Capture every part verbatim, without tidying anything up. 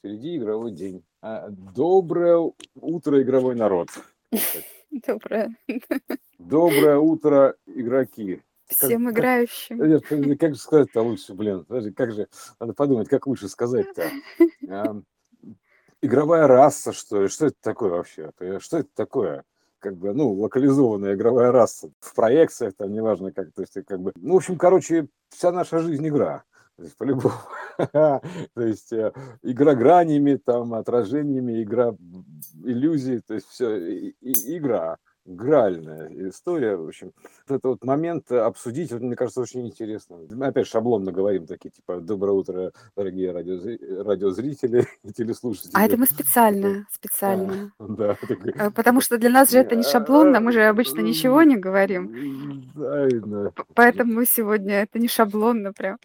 Впереди игровой день. А, Доброе утро, игровой народ. Так, Доброе. Доброе утро, игроки. Как, Всем как, играющим. э, подожди, как же сказать-то лучше, блин? Подожди, как же, надо подумать, как лучше сказать-то. А, Игровая раса, что ли? Что это такое вообще? Э, Что это такое? Как бы, ну, локализованная игровая раса в проекциях, там, неважно как, то есть, как бы, ну, в общем, короче, вся наша жизнь игра. То есть, по-любому. То есть, э, игра гранями, там, отражениями, игра иллюзий, то есть, все, игра, гральная история, в общем. Вот этот вот момент обсудить, вот, мне кажется, очень интересно. Мы опять шаблонно говорим, такие, типа, доброе утро, дорогие радиозри- радиозрители и А это телеслушатели. мы Это, специально, а, специально. да, такой, Э, Потому это, что для нас же это не шаблонно, мы же обычно ничего э, не говорим. да, да. П- Поэтому сегодня это не шаблонно прям.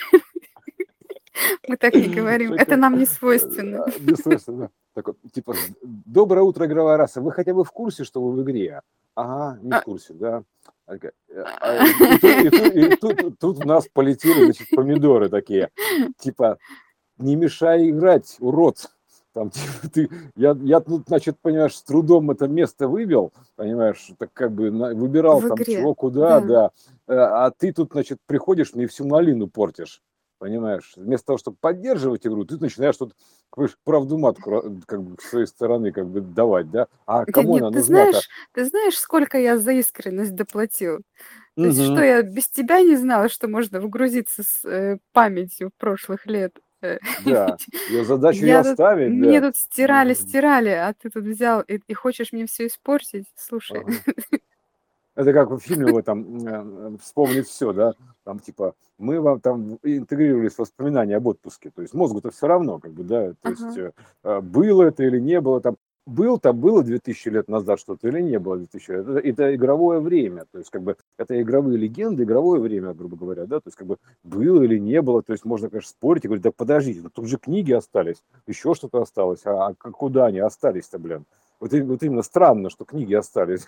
Мы так не говорим. Это Такой, нам не свойственно. э, бессмысленно. Такой, типа, доброе утро, игровая раса. Вы хотя бы в курсе, что вы в игре? Ага, не в А, курсе, да. А такая, э, а, И, тут, и, тут, и тут, тут в нас полетели, значит, помидоры такие. Типа, не мешай играть, урод. Там, типа, ты, я, я тут, значит, понимаешь, с трудом это место выбил, понимаешь, так как бы на- выбирал В там игре, чего, куда, да. да, э, а ты тут, значит, приходишь мне всю малину портишь, понимаешь, вместо того, чтобы поддерживать игру, ты начинаешь тут говоришь, правду матку ра- как бы с своей стороны как бы давать, да, а Ты, кому не- она ты нужна-то? знаешь, ты знаешь, сколько я за искренность доплатил? То есть что, Угу, я без тебя не знала, что можно вгрузиться с э, памятью прошлых лет? Э, да, ее задача ее Я тут, оставить, мне да. тут стирали, стирали, а ты тут взял и, и хочешь мне все испортить? Слушай, Ага. Это как в фильме в этом э, «Вспомнить все», да, там типа мы вам там интегрировались в воспоминания об отпуске, то есть мозгу-то все равно, как бы, да, то есть ага. э, э, было это или не было, там был там было две тысячи лет назад что-то или не было две тысячи лет, это, это игровое время, то есть как бы это игровые легенды, игровое время, грубо говоря, да, то есть как бы было или не было, то есть можно, конечно, спорить и говорить, да подождите, ну тут же книги остались, еще что-то осталось, а, а куда они остались-то, блин? Вот, и- вот именно странно, что книги остались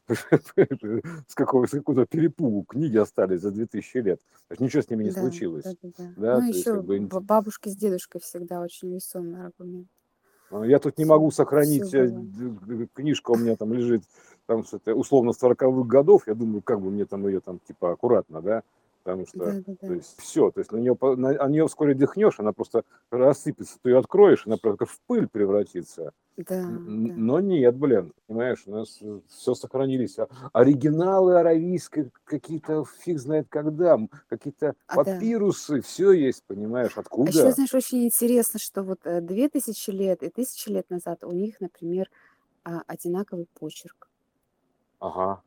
с какого с какого-то перепугу книги остались за две тысячи лет. То есть ничего с ними не Да, да, случилось. да, да. Да, Ну, то есть как еще бы инт- бабушки с дедушкой всегда очень весомый аргумент. а, я тут не Все, могу все сохранить, э, было. д- д- книжка у меня там лежит, там что-то условно сороковых годов, я думаю, как бы мне там ее там типа аккуратно, да, потому что, Да, да, то да. есть все, то есть на нее, на, на нее вскоре дыхнешь, она просто рассыпется, ты ее откроешь, она просто в пыль превратится. Да, Н- да. Но нет, блин, понимаешь, у нас все сохранились. А оригиналы аравийские какие-то, фиг знает когда, м, какие-то А да. папирусы, все есть, понимаешь, А еще, откуда? знаешь, очень интересно, что вот э, две тысячи лет и тысячи лет назад у них, например, а, одинаковый почерк, Ага.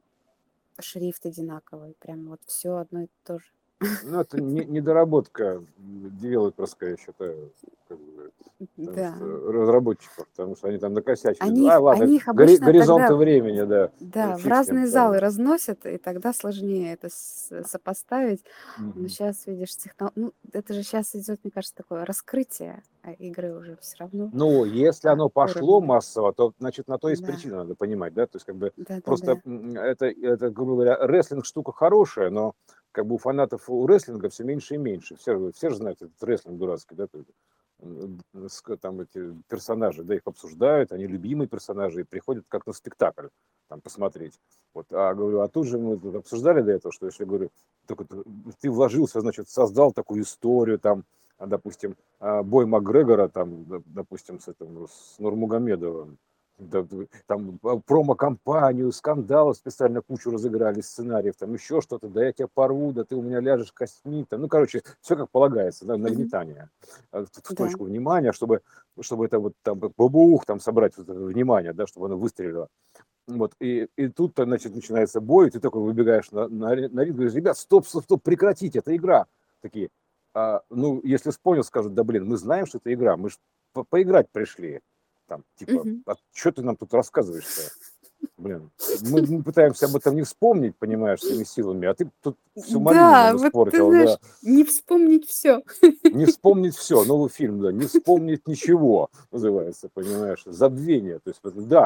шрифт одинаковый, прям вот все одно и то же. Ну, это не- недоработка девелоперская, я считаю, как бы, потому Да. что разработчиков, потому что они там накосячили. Они А, их, ладно, они их гори- обычно горизонты тогда, времени, да, да, в фиг с ним разные залы там. разносят, и тогда сложнее это с- сопоставить. Но Мгм. сейчас, видишь, техно... ну, это же сейчас идет, мне кажется, такое раскрытие а, игры уже все равно Ну, если а, оно пошло уровня. массово, то, значит, на то есть Да, причина, надо понимать, да, то есть, как бы, да, да, просто да. м, это, это, грубо говоря, рестлинг штука хорошая, но, как бы, у фанатов у рестлинга все меньше и меньше, все, же- все же знают этот рестлинг дурацкий, да, то есть, м, с- там эти персонажи, да, их обсуждают, они любимые персонажи, и приходят как на спектакль, там, посмотреть, вот, а, говорю, а тут же мы тут обсуждали до этого, что, если, говорю, только ты ты вложился, значит, создал такую историю, там, а, допустим, а, бой Макгрегора, там, д- допустим, с этим, с Нурмагомедовым, да, д- там а, промо-компанию, скандалы специально кучу разыграли, сценариев, там еще что-то, да я тебя порву, да ты у меня ляжешь костьми, там, ну, короче, все как полагается, да, Мгм. нагнетание, а, в в Да. точку внимания, чтобы, чтобы это вот там бабух, там собрать вот это внимание, да, чтобы оно выстрелило. Вот, и, и тут, значит, начинается бой, и ты такой выбегаешь на, на, ри- на ринг, говоришь, ребят, стоп, стоп, стоп, прекратите, это игра. Такие, а, ну, если спойлер скажут, да блин, мы знаем, что это игра, мы же по поиграть пришли. Там, типа, Мгм. а что ты нам тут рассказываешь-то? Блин, мы, мы пытаемся об этом не вспомнить, понимаешь, всеми силами, а ты тут всю малину Да, нам вот ты испортил, знаешь, да. не вспомнить все. Не вспомнить все, новый фильм, да, не вспомнить ничего, называется, понимаешь, забвение, то есть это дар.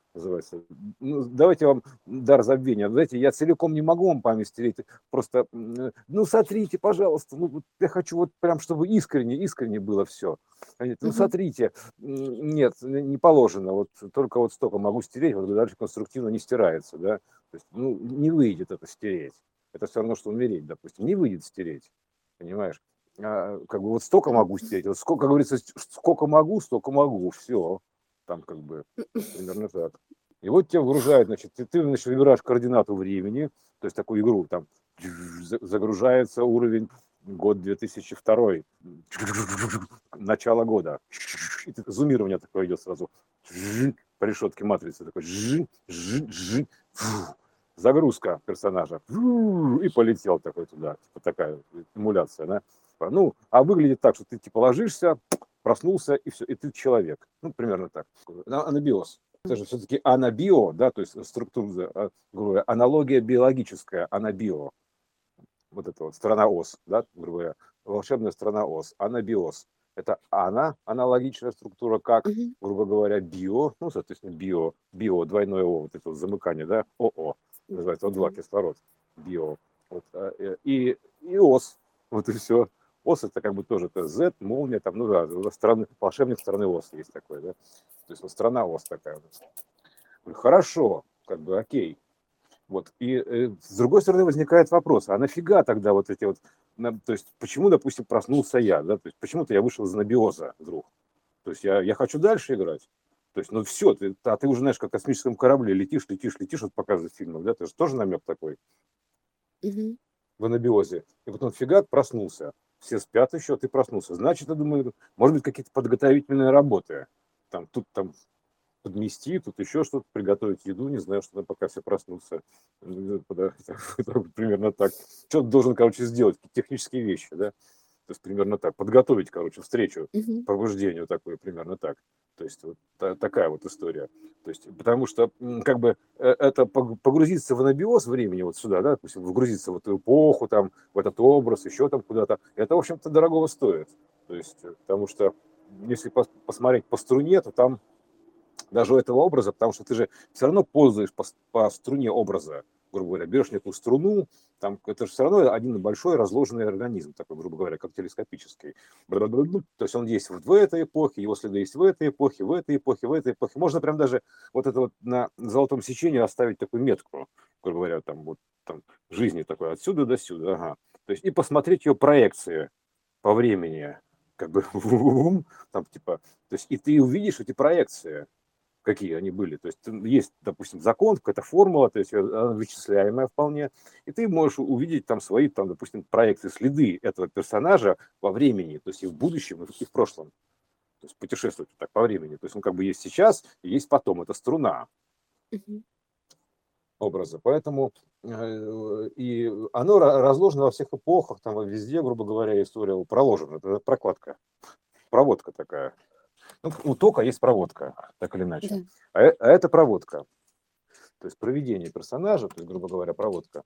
называется. Ну, давайте вам дар забвения. Знаете, я целиком не могу вам память стереть. Просто, м, ну, сотрите, пожалуйста. Ну, вот я хочу вот прям, чтобы искренне, искренне было все. Ну, Мгм. сотрите. М, Нет, н- не положено. Вот только вот столько могу стереть, вот дальше конструктивно не стирается, да. То есть, ну, не выйдет это стереть. Это все равно, что умереть, допустим. Не выйдет стереть, понимаешь? А, как бы вот столько могу стереть. Вот сколько, как говорится, с- сколько могу, столько могу. Все. Там как бы вот примерно так. И вот тебя выгружают, значит, ты, ты значит, выбираешь координату времени, то есть такую игру, там за- загружается уровень год две тысячи второй, начало года. И ты- зумирование такое идет сразу. По решетке матрицы такой. Загрузка персонажа. И полетел такой туда. Типа такая эмуляция, да. Ну, а выглядит так, что ты типа ложишься, проснулся, и все, и ты человек. Ну, примерно так. Анабиоз. Это же все-таки анабио, да, то есть структура, а, грубо говоря, аналогия биологическая, анабио. Вот это вот страна ос, да, грубо говоря, волшебная страна ос, анабиоз. Это ана, аналогичная структура, как, Мгм. грубо говоря, био, ну, соответственно, био, био, двойное о, вот это вот замыкание, да, ОО, называется Да. О2 кислород, био. Вот, а, э, и, и ос, вот и все. Ос это как бы тоже это Z, молния, там, ну да, страны, волшебник страны ос есть такой, да. То есть вот страна ос такая. Вот. Хорошо, как бы окей. Вот. И э, с другой стороны возникает вопрос, а нафига тогда вот эти вот, на- то есть почему, допустим, проснулся я, да, то есть почему-то я вышел из анабиоза вдруг, то есть я, я хочу дальше играть, то есть, ну все, ты, а ты уже знаешь, как в космическом корабле летишь, летишь, летишь, вот показывают в фильмах, да, это же тоже намек такой Мгм. в анабиозе, и потом фигак проснулся, все спят еще, ты проснулся, значит, я думаю, может быть, какие-то подготовительные работы, там, тут там подмести, тут еще что-то, приготовить еду, не знаю, что-то, пока все проснутся. Ну, да, примерно так. Что-то должен, короче, сделать, какие-то технические вещи, да. То есть примерно так. Подготовить, короче, встречу, Мгм. пробуждению такое, примерно так. То есть вот та- такая вот история. То есть, потому что м, как бы э, это пог- погрузиться в анабиоз времени вот сюда, да, допустим, погрузиться в эту эпоху, там, в этот образ, еще там куда-то, это, в общем-то, дорогого стоит. То есть, э, потому что если пос- посмотреть по струне, то там даже у этого образа, потому что ты же все равно ползаешь по, по струне образа, грубо говоря, берешь некую струну, там это же все равно один большой разложенный организм, такой, грубо говоря, как телескопический. То есть он есть вот в этой эпохе, его следы есть в этой эпохе, в этой эпохе, в этой эпохе. Можно прям даже вот это вот на золотом сечении оставить такую метку, грубо говоря, там вот там жизни такой отсюда до сюда, ага. То есть и посмотреть ее проекции по времени, как бы там типа, то есть и ты увидишь эти проекции, какие они были. То есть есть, допустим, закон, какая-то формула, то есть она вычисляемая вполне, и ты можешь увидеть там свои, там, допустим, проекции, следы этого персонажа во времени, то есть и в будущем, и в прошлом. То есть путешествовать так по времени. То есть он как бы есть сейчас и есть потом. Это струна Мгм. образа. Поэтому э, и оно разложено во всех эпохах, там везде, грубо говоря, история проложена. Это прокладка, проводка такая. Ну, у тока есть проводка, так или иначе. Да. А, э- а это проводка. То есть проведение персонажа, то есть, грубо говоря, проводка.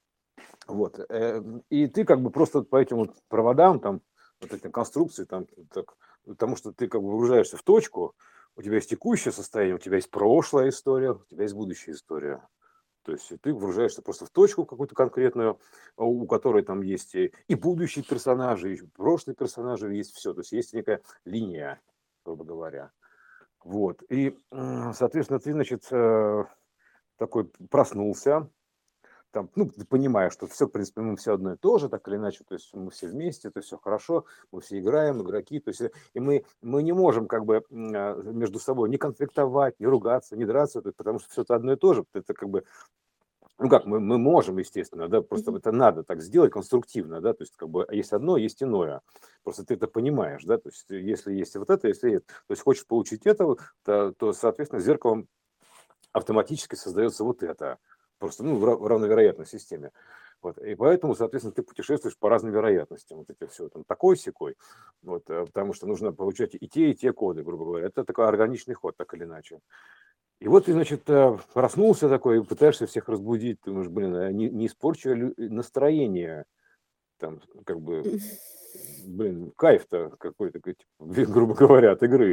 Вот. э, И ты как бы просто по этим вот проводам, там, вот этим конструкции, там, так, потому что ты как бы выгружаешься в точку, у тебя есть текущее состояние, у тебя есть прошлая история, у тебя есть будущая история. То есть ты вгружаешься просто в точку какую-то конкретную, а у которой там есть и и будущие персонажи, и прошлые персонажи, есть все. То есть есть некая линия, грубо говоря. Вот. И, м, соответственно, ты, значит, э, такой проснулся, там, ну, ты понимаешь, что все, в принципе, мы все одно и то же, так или иначе, то есть мы все вместе, это все хорошо, мы все играем, игроки, то есть, э, и мы, мы не можем как бы м, а, между собой не конфликтовать, не ругаться, не драться, то есть, потому что все это одно и то же, это как бы, ну как, мы, мы можем, естественно, да, просто Мгм. это надо так сделать конструктивно, да, то есть как бы есть одно, есть иное, просто ты это понимаешь, да, то есть если есть вот это, если есть, то есть хочешь получить это, то, то соответственно, зеркалом автоматически создается вот это. Просто ну, в рав- в равновероятной системе. Вот. И поэтому, соответственно, ты путешествуешь по разным вероятностям. Вот эти все там такой секой. Вот, э, потому что нужно получать и те, и те коды, грубо говоря. Это такой органичный ход, так или иначе. И вот ты, значит, э, проснулся такой, пытаешься всех разбудить. Ты думаешь, блин, а не, не испорчу я лю- настроение, там, как бы, блин, кайф-то какой-то, грубо говоря, от игры.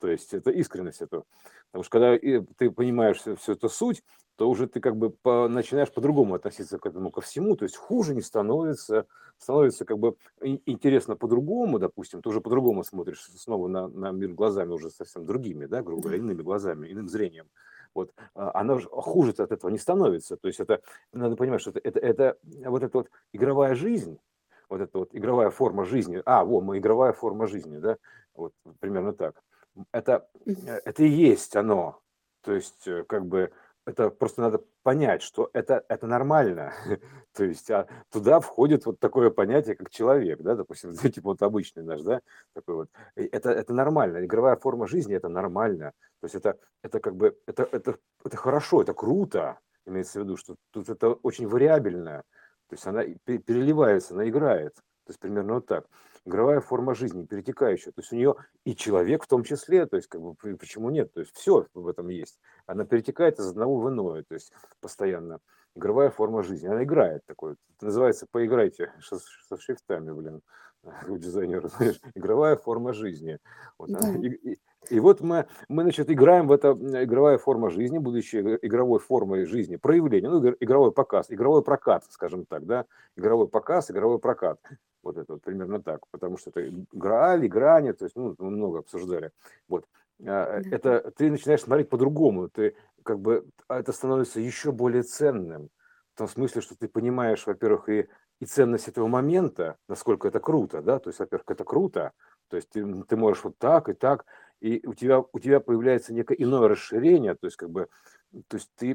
То есть это искренность, это. Потому что когда и ты понимаешь всю, всю эту суть, то уже ты как бы по- начинаешь по-другому относиться к этому, ко всему, то есть хуже не становится, становится как бы ин- интересно по-другому, допустим, ты уже по-другому смотришь снова на, на мир глазами уже совсем другими, да, грубо говоря, Да. иными глазами, иным зрением. Вот, а, она же хуже от этого не становится. То есть это, надо понимать, что это, это, это вот эта вот игровая жизнь, вот эта вот игровая форма жизни, а, во, мы игровая форма жизни, да, вот примерно так. Это, Мгм. э, это и есть оно. То есть, э, как бы, это просто надо понять, что это, это нормально. То есть, а туда входит вот такое понятие, как человек, да, допустим, типа вот обычный наш, да, такой вот. И Это, это нормально. Игровая форма жизни – это нормально. То есть это, это как бы, это, это, это хорошо, это круто, имеется в виду, что тут это очень вариабельно. То есть она и пе- переливается, она играет. То есть примерно вот так. Игровая форма жизни, перетекающая. То есть у нее и человек в том числе, то есть как бы п- почему нет? То есть все в этом есть. Она перетекает из одного в иное, то есть постоянно. Игровая форма жизни. Она играет такой. Это называется «поиграйте» со, со шрифтами, блин, у дизайнера, знаешь. Игровая форма жизни. Вот она. Да. И, и- и вот мы, мы, значит, играем в это м, игровая форма жизни, будущая игр- игровой формой жизни, проявление, ну, игр- игровой показ, игровой прокат, скажем так, да, игровой показ, игровой прокат. Вот это вот примерно так, потому что это Грааль, играние, то есть, ну, мы много обсуждали. Вот. А, Да. Это ты начинаешь смотреть по-другому, ты как бы, а это становится еще более ценным. В том смысле, что ты понимаешь, во-первых, и, и ценность этого момента, насколько это круто, да, то есть, во-первых, это круто, то есть ты, ты можешь вот так и так, и у тебя, у тебя появляется некое иное расширение, то есть как бы, то есть ты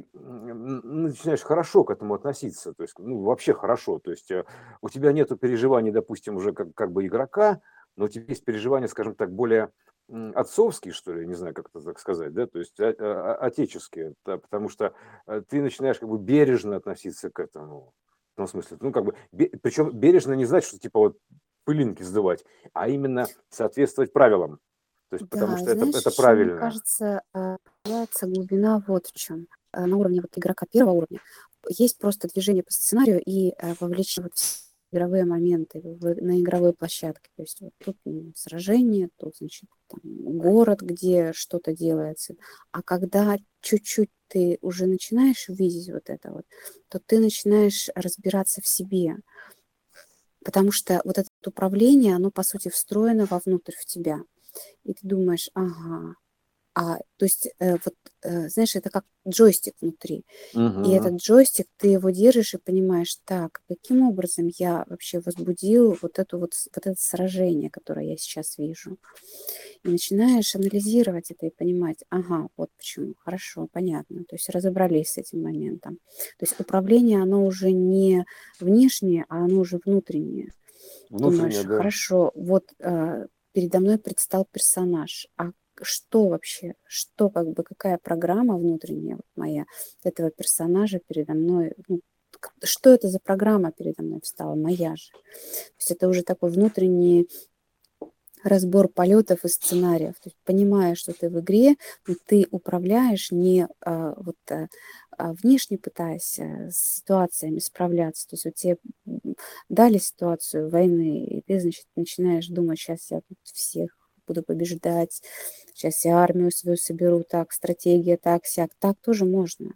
м, начинаешь хорошо к этому относиться, то есть, ну, вообще хорошо, то есть э, у тебя нету переживаний, допустим, уже как, как бы игрока, но у тебя есть переживания, скажем так, более м, отцовские, что ли, не знаю, как это так сказать, да, то есть о- о- отеческие, да, потому что э, ты начинаешь как бы бережно относиться к этому, в том смысле, ну, как бы, бе- причем бережно не значит, что типа вот пылинки сдувать, а именно соответствовать правилам, то есть потому Да, что это, знаешь, это еще, мне правильно. кажется, а, появляется глубина вот в чем. А, На уровне вот игрока первого уровня есть просто движение по сценарию и а, вовлечение вот в игровые моменты в- на игровой площадке. То есть вот тут м, сражение, тут, значит, там, город, где что-то делается. А когда чуть-чуть ты уже начинаешь видеть вот это вот, то ты начинаешь разбираться в себе. Потому что вот это управление, оно, по сути, встроено вовнутрь в тебя. И ты думаешь, ага, а, то есть, э, вот, э, знаешь, это как джойстик внутри. И Мгм. этот джойстик, ты его держишь и понимаешь, так, каким образом я вообще возбудил вот, эту вот, с- вот это сражение, которое я сейчас вижу. И начинаешь анализировать это и понимать, ага, вот почему, хорошо, понятно. То есть разобрались с этим моментом. То есть управление, оно уже не внешнее, а оно уже внутреннее. Внутренне, Думаешь, да. хорошо, вот э, передо мной предстал персонаж, а что вообще, что как бы, какая программа внутренняя вот моя этого персонажа передо мной, ну, к- что это за программа передо мной встала, моя же. То есть это уже такой внутренний разбор полетов и сценариев. То есть понимая, что ты в игре, но ты управляешь не а, вот а, а, внешне пытаясь а, с ситуациями справляться. То есть вот тебе м, дали ситуацию войны, и ты, значит, начинаешь думать, сейчас я тут всех буду побеждать, сейчас я армию свою соберу, так, стратегия, так, сяк. Так тоже можно.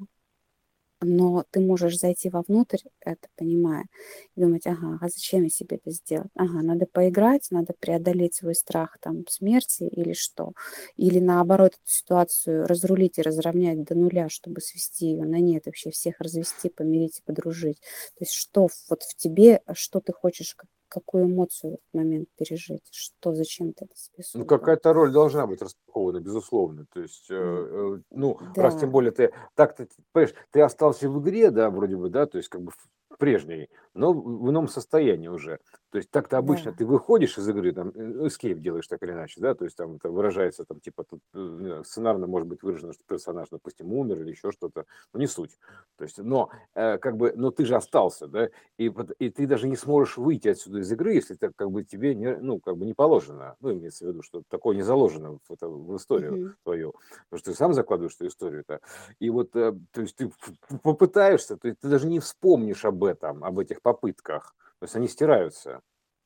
Но ты можешь зайти вовнутрь, это понимая, и думать, ага, а зачем я себе это сделать? Ага, надо поиграть, надо преодолеть свой страх там смерти или что? Или наоборот эту ситуацию разрулить и разровнять до нуля, чтобы свести ее на нет, вообще всех развести, помирить и подружить. То есть что в- вот в тебе, а что ты хочешь, как- какую эмоцию в этот момент пережить? Что, зачем ты это себе Ну, создал? какая-то роль должна быть распакована, безусловно. То есть, э, М, э, ну, раз Да, тем более ты так, ты, понимаешь, ты остался в игре, да, вроде бы, да, то есть как бы в прежней, но в в ином состоянии уже. То есть так-то обычно да. ты выходишь из игры, там, э, escape делаешь так или иначе, да, то есть там это выражается, там, типа, тут, э, не знаю, сценарно может быть выражено, что персонаж, допустим, умер или еще что-то, но не суть. То есть, но, э, как бы, но ты же остался, да, и, пот- и ты даже не сможешь выйти отсюда из игры, если так как бы тебе не, ну, как бы не положено. Ну, имеется в виду, что такое не заложено в, это, в историю Мгм. твою. Потому что ты сам закладываешь эту историю-то. И вот, э, то есть ты п- п- попытаешься, то есть ты даже не вспомнишь об этом, об этих попытках. То есть они стираются.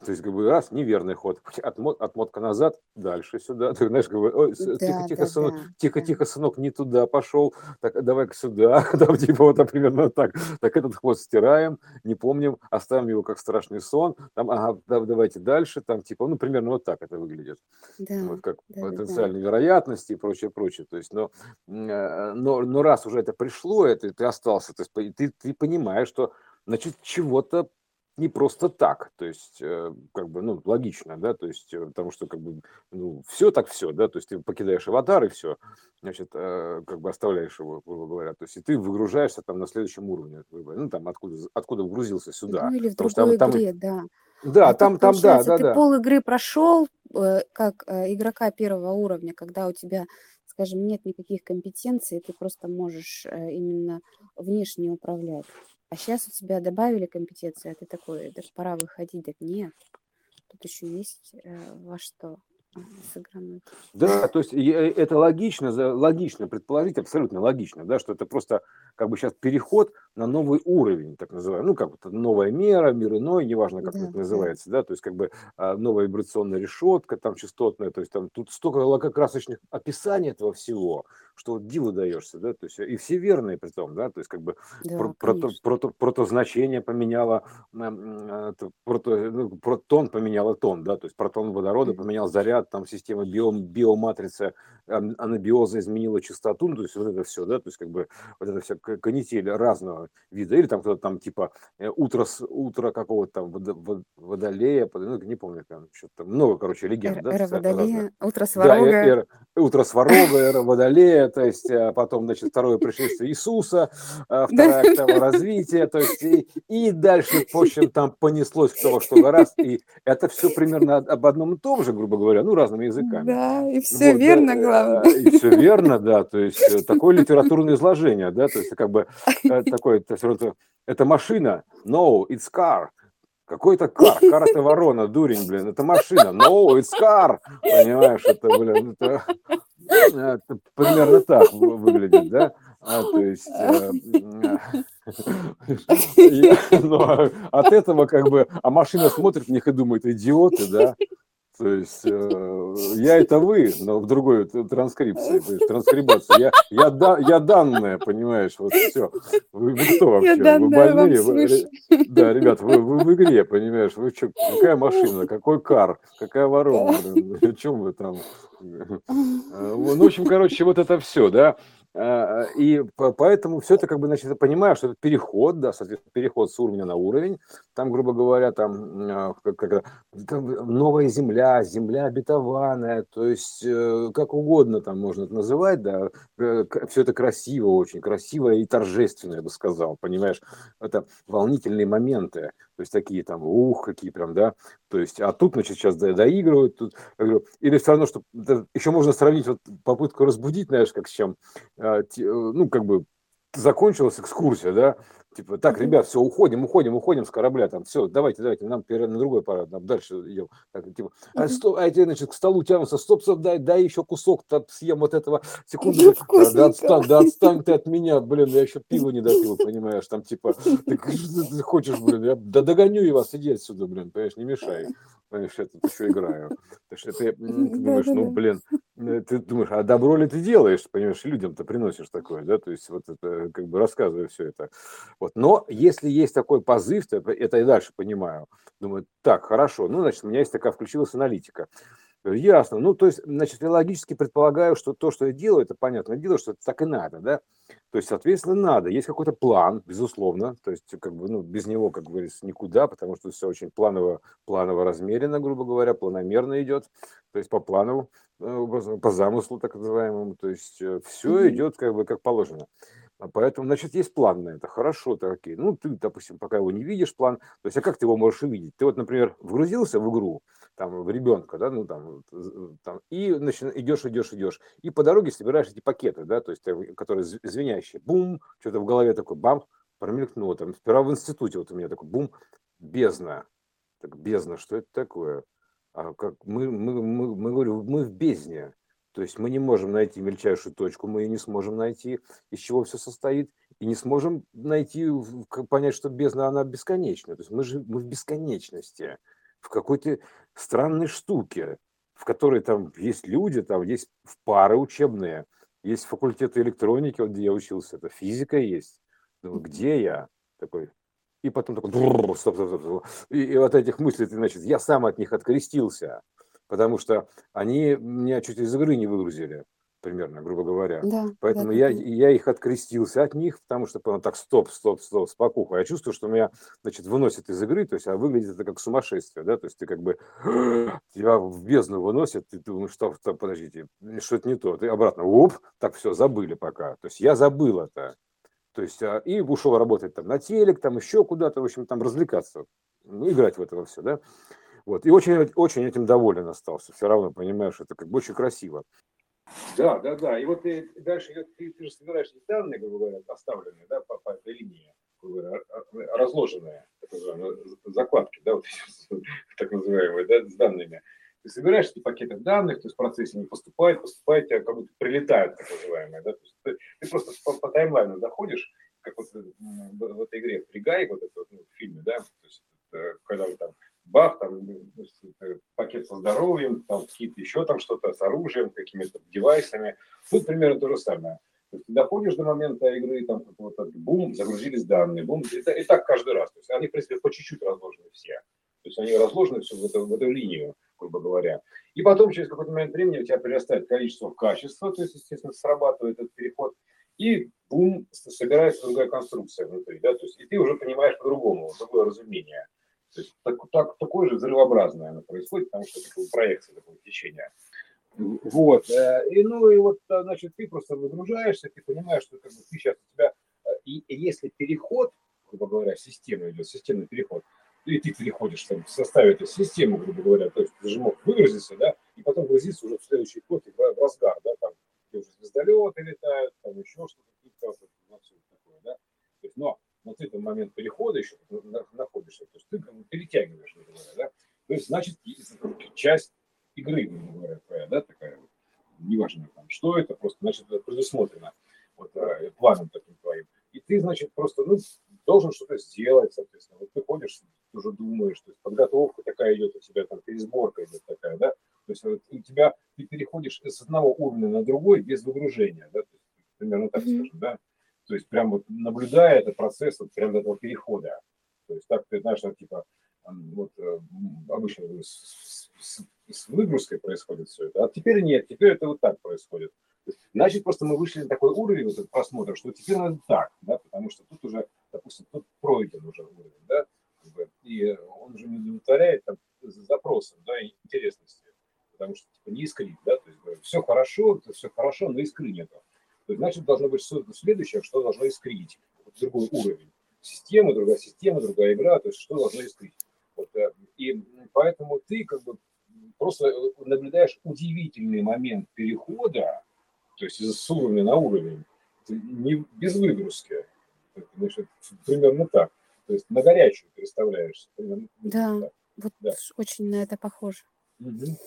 То есть, как бы, раз, неверный ход, отмо- отмотка назад, дальше сюда. Ты знаешь, как бы, ой, с- Да, тихо-тихо, да, да, сынок, да. тихо-тихо, сынок, не туда пошел, так, давай-ка сюда, там, типа, вот так, примерно так. Так этот ход стираем, не помним, оставим его как страшный сон, там, ага, да- давайте дальше, там, типа, ну, примерно вот так это выглядит. Да, Вот как да, да, да. потенциальные вероятности и прочее, прочее. То есть, но, м, э, но, но раз уже это пришло, это, ты остался, то есть, по- ты, ты понимаешь, что, значит, чего-то не просто так, то есть, э, как бы, ну, логично, да, то есть, э, потому что, как бы, ну, все так все, да, то есть, ты покидаешь аватар и все, значит, э, как бы оставляешь его, грубо говоря, то есть, и ты выгружаешься там на следующем уровне, грубо говоря, ну, там, откуда, откуда вгрузился Ну сюда, или в потому что там, другой там, игре, да. да, А тут, там, там, да, получается, да, ты да. пол игры прошел, э, как э, игрока первого уровня, когда у тебя, скажем, нет никаких компетенций, ты просто можешь э, именно внешне управлять. А сейчас у тебя добавили компетенции, а ты такой, так пора выходить. Так нет, тут еще есть э, во что э, сыгрануть. Да, то есть и, э, это логично, за- логично предположить, абсолютно логично, да, что это просто как бы сейчас переход на новый уровень, так называемый, ну, как вот новая мера, мир иной, неважно, как Да, это да. называется, да, то есть как бы а, новая вибрационная решетка, там частотная, то есть там тут столько лакокрасочных описаний этого всего, что вот диву даешься, да, то есть и все верные при том, да, то есть как бы про, Да, прото, конечно. прото, протозначение поменяло, м, э, это прото, ну, протон поменяла тон, да, то есть протон водорода Мгм. поменял заряд, там система био, биоматрицы ан- анабиоза изменила частоту, ну, то есть вот это все, да, то есть как бы вот это все канитель разного вида, или там кто-то там типа э, утро, с- утро какого-то там водо- вод- водолея, под- ну, не помню, там что-то там много, короче, легенд, Эра, да, то эра есть разных. Водолея, утро Да, э- Сварога. эра- утро Сварога, эра Водолея, то есть а потом, значит, второе пришествие Иисуса, а, Да. вторая октава развития, то есть и, и дальше, в общем, там понеслось кто во что гораст, и это все примерно об об одном и том же, грубо говоря, ну, разными языками. Да, и все Вот, да, верно, главное. э, и все верно, да, то есть э, такое литературное изложение, да, то есть как бы э, такое, то есть, вот, э, это машина, no, it's car, какой-то кар, кар это ворона, дурень, блин, это машина, no, it's car, понимаешь, это, блин, это, это примерно так вы- выглядит, да, а, то есть, э, м, я- но от этого как бы, а машина смотрит на них и думает, идиоты, да, то есть э, я это вы, но в другой т- транскрипции, понимаешь, транскрибации. Я, я, да, я данная, понимаешь, вот все. Вы, вы кто Я вообще? Вы данная вам больные? Вы, ре- свыше. да, ребят, вы, вы в игре, понимаешь? Вы что, какая машина, какой кар, какая ворона, блин, о чем вы там? Э, Ну, в общем, короче, вот это все, да. А, И по- поэтому все это, как бы, значит, я понимаю, что это переход, да, соответственно, переход с уровня на уровень, там, грубо говоря, там, а, как, как это, там новая земля, земля обетованная, то есть э, как угодно там можно это называть, да, все это красиво, очень красиво и торжественно, я бы сказал, понимаешь, это волнительные моменты, то есть такие там, ух, какие прям, да, то есть, а тут, значит, сейчас до- доигрывают, тут, я говорю, или все равно, что еще можно сравнить вот попытку разбудить, знаешь, как с чем, а, те- э, ну, как бы закончилась экскурсия, да, типа, так, Мгм. ребят, все, уходим, уходим, уходим с корабля, там, все, давайте, давайте, нам пере- на другой пора, нам дальше идем. Так, типа, а, Мгм. стоп, а эти, значит, к столу тянутся, стоп, стоп, дай, дай еще кусок, там, съем вот этого, Ну, секундочку, да, да вкусненького. отстань, да отстань ты от меня, блин, я еще пиво не допил, понимаешь, там, типа, ты, ты хочешь, блин, я да догоню я вас, иди отсюда, блин, понимаешь, не мешай, понимаешь, я тут еще играю. Так что ты, м, ты думаешь, ну, Да-да-да. блин, э, ты думаешь, а добро ли ты делаешь, понимаешь, людям-то приносишь такое, да, то есть вот это, как бы рассказывая все это. Вот. Но если есть такой позыв, то это и дальше понимаю. Думаю, так, хорошо, ну, значит, у меня есть такая, включилась аналитика. Говорю, ясно. Ну, то есть, значит, я логически предполагаю, что то, что я делаю, это понятное дело, что это так и надо, да? То есть, соответственно, надо. Есть какой-то план, безусловно. То есть, как бы, ну, без него, как говорится, никуда, потому что все очень планово, планово размеренно, грубо говоря, планомерно идет. То есть, по плану, э, по замыслу, так называемому. То есть, все Мгм. идет, как бы, как положено. А Поэтому, значит, есть план на это. Хорошо, так окей. Ну, ты, допустим, пока его не видишь, план. То есть, а как ты его можешь увидеть? Ты вот, например, вгрузился в игру, там, в ребенка, да, ну, там, вот, з- там, и начи- идешь, идешь, идешь, и по дороге собираешь эти пакеты, да, то есть, э, которые зв- звенящие, бум, что-то в голове такой, бам, промелькнуло, там, сперва в институте вот у меня такой, бум, бездна, так, бездна, что это такое? А как мы, мы, мы, мы, говорю, мы в бездне, то есть мы не можем найти мельчайшую точку, мы ее не сможем найти, из чего все состоит, и не сможем найти, в- к- понять, что бездна, она бесконечна, то есть мы же мы в бесконечности, в какой-то странной штуке, в которой там есть люди, там есть пары учебные, есть факультеты электроники, вот где я учился, это физика есть. Думаю, где я? Такой. И потом такой, стоп, стоп, стоп, стоп. И, и вот этих мыслей, значит, я сам от них открестился, потому что они меня чуть из игры не выгрузили, примерно, грубо говоря. Да, да, Поэтому да, я, да. я их открестился от них, потому что потом так, стоп, стоп, стоп, спокуха. Я чувствую, что меня, значит, выносит из игры, то есть, а выглядит это как сумасшествие, да, то есть ты как бы, тебя в бездну выносит, ты думаешь, что, что, подождите, что это не то, ты обратно, оп, так все, забыли пока. То есть я забыл это. То есть, а, и ушел работать там на телек, там еще куда-то, в общем, там развлекаться, ну, играть в это во все, да. Вот, и очень, очень этим доволен остался, все равно, понимаешь, это как бы очень красиво. Да, да, да, и вот ты дальше, ты, ты же собираешь данные, грубо говоря, оставленные, да, по, по этой линии, грубо говоря, разложенные, так называемые, закладки, да, вот, так называемые, да, с данными. Ты собираешь эти пакеты данных, то есть в процессе не поступает, поступает, тебя как будто прилетают, так называемые, да, то есть ты, ты просто по, по таймлайну заходишь, как вот в, в этой игре «Фригай», вот это, ну, в фильме, да, то есть когда вы там бах, там пакет со здоровьем, там какие-то еще там что-то с оружием, какими-то девайсами. Тут примерно то же самое. То есть ты доходишь до момента игры, там вот, бум, загрузились данные, бум, и, и так каждый раз. То есть они, в принципе, по чуть-чуть разложены все. То есть они разложены все в эту, в эту линию, грубо говоря. И потом через какой-то момент времени у тебя прирастает количество в качество, то есть, естественно, срабатывает этот переход, и бум, собирается другая конструкция внутри, да, то есть и ты уже понимаешь по-другому, другое разумение. То есть так, так, такое же взрывообразное оно происходит, потому что это проекция, такое течение. Вот. И, ну и вот, значит, ты просто выгружаешься, ты понимаешь, что как бы, ты сейчас у тебя, и, и если переход, грубо говоря, система идет, системный переход, и ты переходишь там, в составе этой системы, грубо говоря, то есть ты же мог выгрузиться, да, и потом грузиться уже в следующий ход в, в разгар, да, там, где уже звездолеты летают, там еще что-то, ну, все такое, да. То есть, но но ты в момент перехода еще находишься, то есть ты перетягиваешь, грубо говоря, да. То есть, значит, часть игры, грубо говоря, твоя, да, такая вот, неважно там, что это, просто, значит, это предусмотрено вот, планом таким твоим. И ты, значит, просто, ну, должен что-то сделать, соответственно. Вот ты ходишь, ты уже думаешь, то есть подготовка такая идет у тебя, там, пересборка идет такая, да, то есть вот, у тебя, ты переходишь с одного уровня на другой без выгружения, да, то есть, примерно так Мгм. скажем, да. То есть прям вот наблюдая этот процесс вот прям этого перехода. То есть так ты знаешь, что типа вот обычно с, с, с выгрузкой происходит все это, а теперь нет, теперь это вот так происходит. Значит, просто мы вышли на такой уровень вот, просмотра, что теперь надо так, да, потому что тут уже, допустим, тут пройден уже уровень, да, и он уже не удовлетворяет там запросам, да, и интересности, потому что типа не искрит, да, то есть все хорошо, все хорошо, но искры нету. То есть, значит, должно быть что-то следующее, что должно искрить. Вот другой уровень. Система, другая система, другая игра, то есть что должно искрить. Вот, и поэтому ты как бы просто наблюдаешь удивительный момент перехода, то есть с уровня на уровень, не без выгрузки. Значит, примерно так. То есть на горячую переставляешься. Примерно, Да, так. вот Да. очень на это похоже. Угу.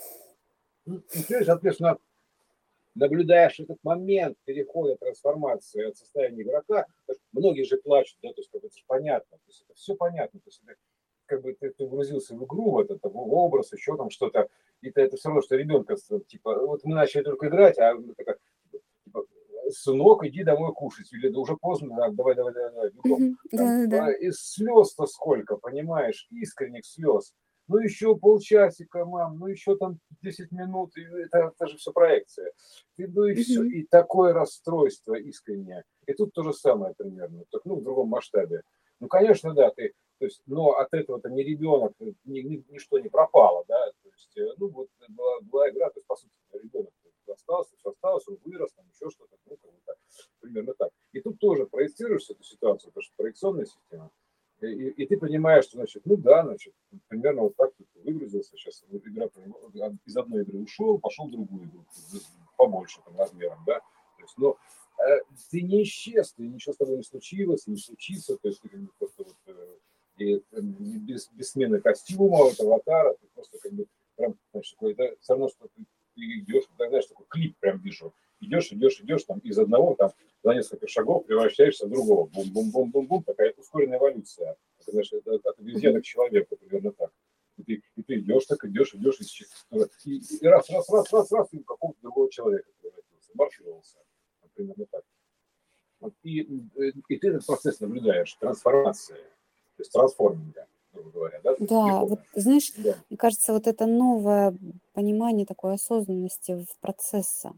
Ну, и, соответственно, наблюдаешь этот момент перехода, трансформации от состояния игрока, многие же плачут, да, то есть это же понятно, то есть это все понятно, то есть это, как бы ты, ты погрузился в игру, в этот в образ, еще там что-то, и это, это все равно, что ребенка, типа, вот мы начали только играть, а такая, типа, сынок, иди домой кушать, или да уже поздно, да, давай, давай, давай, давай, бегом. Мгм. Да, да, да. И слез-то сколько, понимаешь, искренних слез. Ну еще полчасика, мам, ну еще там десять минут, это, это же все проекция. И, ну и все, Мгм. и такое расстройство искреннее. И тут то же самое примерно, только ну, в другом масштабе. Ну, конечно, да, ты, то есть, но от этого-то не ребенок, ни, ни, ничто не пропало, да, то есть, ну, вот была, была игра, то есть, по сути, ребенок остался, все осталось, он вырос, там еще что-то, ну, как-то примерно так. И тут тоже проецируешь эту ситуацию, потому что проекционная система, и, и ты понимаешь, что, значит, ну да, значит, примерно вот так ты выгрузился, сейчас игра из одной игры ушел, пошел в другую игру, побольше там размером, да, то есть, но э, ты не исчез, ты ничего с тобой не случилось, не случится, то есть ты как бы просто вот э, и, э, без, без смены костюма, вот, аватара, ты просто как бы прям, значит, это все равно, что ты, ты идешь, ты, знаешь, такой клип прям вижу, идешь, идешь, идешь, там из одного там за несколько шагов превращаешься в другого. Бум-бум-бум-бум-бум. Такая ускоренная эволюция. Это, значит, от обезьяны к человеку, примерно так. ты, и ты идешь, так идешь, идешь, и, и, и раз, раз, раз, раз, раз, и в какого-то другого человека превратился, морфировался, примерно так. Вот, и, и ты этот процесс наблюдаешь, трансформации, то есть трансформинга, грубо говоря, да? Да, вот знаешь, Да. мне кажется, вот это новое понимание такой осознанности в процессе,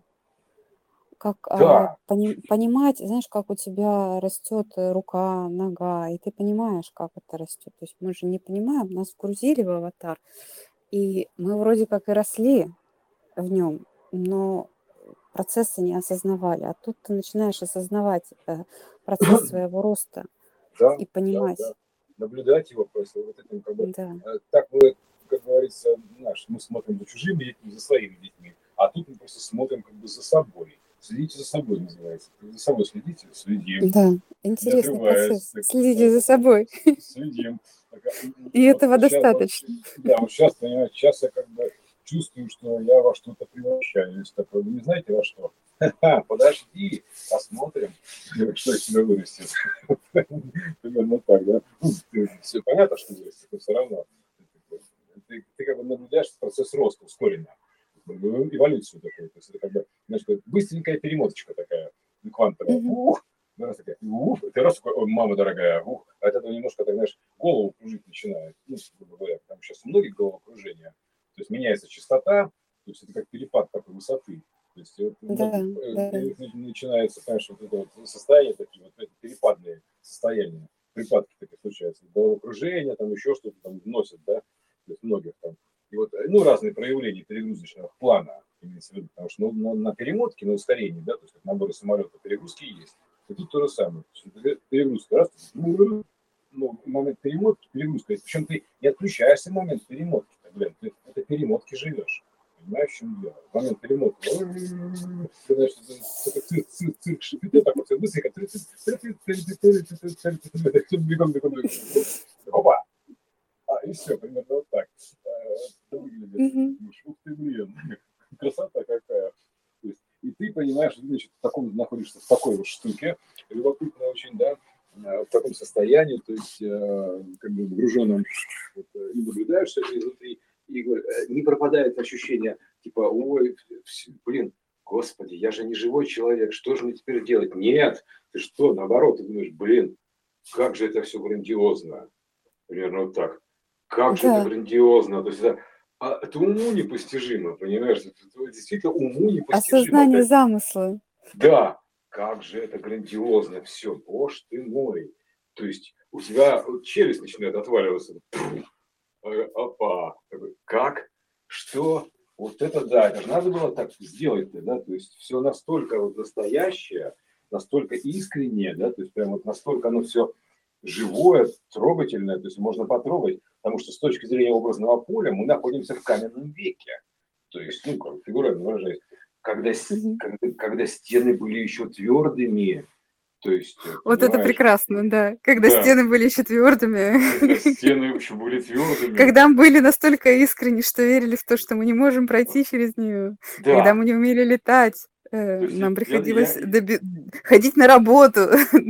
как а, Да. пони- понимать, знаешь, как у тебя растет э, рука, нога, и ты понимаешь, как это растет. То есть мы же не понимаем, нас вгрузили в аватар, и мы вроде как и росли в нем, но процессы не осознавали. А тут ты начинаешь осознавать э, процесс своего роста Да, и да, понимать. да. Наблюдать его просто вот этим как бы. Да. э, Так мы, как говорится, знаешь, мы смотрим за чужими детьми, за своими детьми, а тут мы просто смотрим как бы за собой. Следите за собой, называется. За собой следите, следим. Да, Не интересный отрываясь. процесс. Так, Следите да, за собой. следим. Так, а, м, м, И вот этого щас вот, достаточно. да, вот сейчас, понимаете, сейчас я как бы чувствую, что я во что-то превращаюсь. Такое, вы не знаете во что? Ха-ха, подожди, посмотрим, что из себя вырастет. Примерно так, да? Ну, все понятно, что вырастет, но все равно. Ты, ты как бы наблюдаешь процесс роста ускоренно, эволюцию такую. То есть это как бы, знаешь, как быстренькая перемоточка такая, квантовая. Мгм. Ух, раз такая, ух, ты раз такой, ой, мама дорогая, ух, а от этого немножко, так, знаешь, голову кружить начинает. Ну, грубо говоря, потому что сейчас у многих головокружения. То есть меняется частота, то есть это как перепад такой высоты. То есть вот, Да, да. начинается, конечно, вот это вот состояние, такие вот эти перепадные состояния, припадки такие случаются, головокружение, там еще что-то там вносят, да, то есть многих там. И вот, ну, разные проявления перегрузочного плана, имеется в виду, потому что ну, на, на перемотке, на ускорении, да, то есть как наборы самолета, перегрузки есть. И тут то же самое. Перегрузка, раз, ну, момент перемотки, перегрузка. Причем ты не отключаешься в момент перемотки, блин, ты это перемотки живешь. Понимаешь, в чем дело? В момент перемотки. Ты знаешь, это цирк шипит, так вот, быстренько. Бегом, бегом, бегом. Опа! А, и все, примерно вот так. Это выглядит. Ух ты, блин. Красота какая. То есть, и ты понимаешь, значит, в таком находишься в такой вот штуке, любопытно очень, да, в таком состоянии, то есть как бы погруженном, вот, и наблюдаешь это изнутри, и не пропадает ощущение, типа, ой, блин, господи, я же не живой человек, что же мне теперь делать? Нет, ты что, наоборот, ты думаешь, блин, как же это все грандиозно. Примерно вот так. Как же Да. это грандиозно. То есть это, а, это уму непостижимо, понимаешь? Это, это действительно уму непостижимо. Осознание Это, замысла. да, как же это грандиозно все, боже ты мой. То есть у тебя челюсть начинает отваливаться. Опа. Как? Что? Вот это да, это же надо было так сделать-то, да, то есть все настолько вот настоящее, настолько искреннее, да, то есть прям вот настолько оно все живое, трогательное, то есть можно потрогать, потому что с точки зрения образного поля мы находимся в каменном веке, то есть, ну, как фигурально выражаясь, когда, Мгм. когда, когда стены были еще твердыми, то есть, Вот это прекрасно, да. Когда да, стены были еще твердыми. когда стены еще были твердыми. Когда мы были настолько искренни, что верили в то, что мы не можем пройти через нее. Да. Когда мы не умели летать. Э, есть нам я- приходилось я- доби- ходить на работу.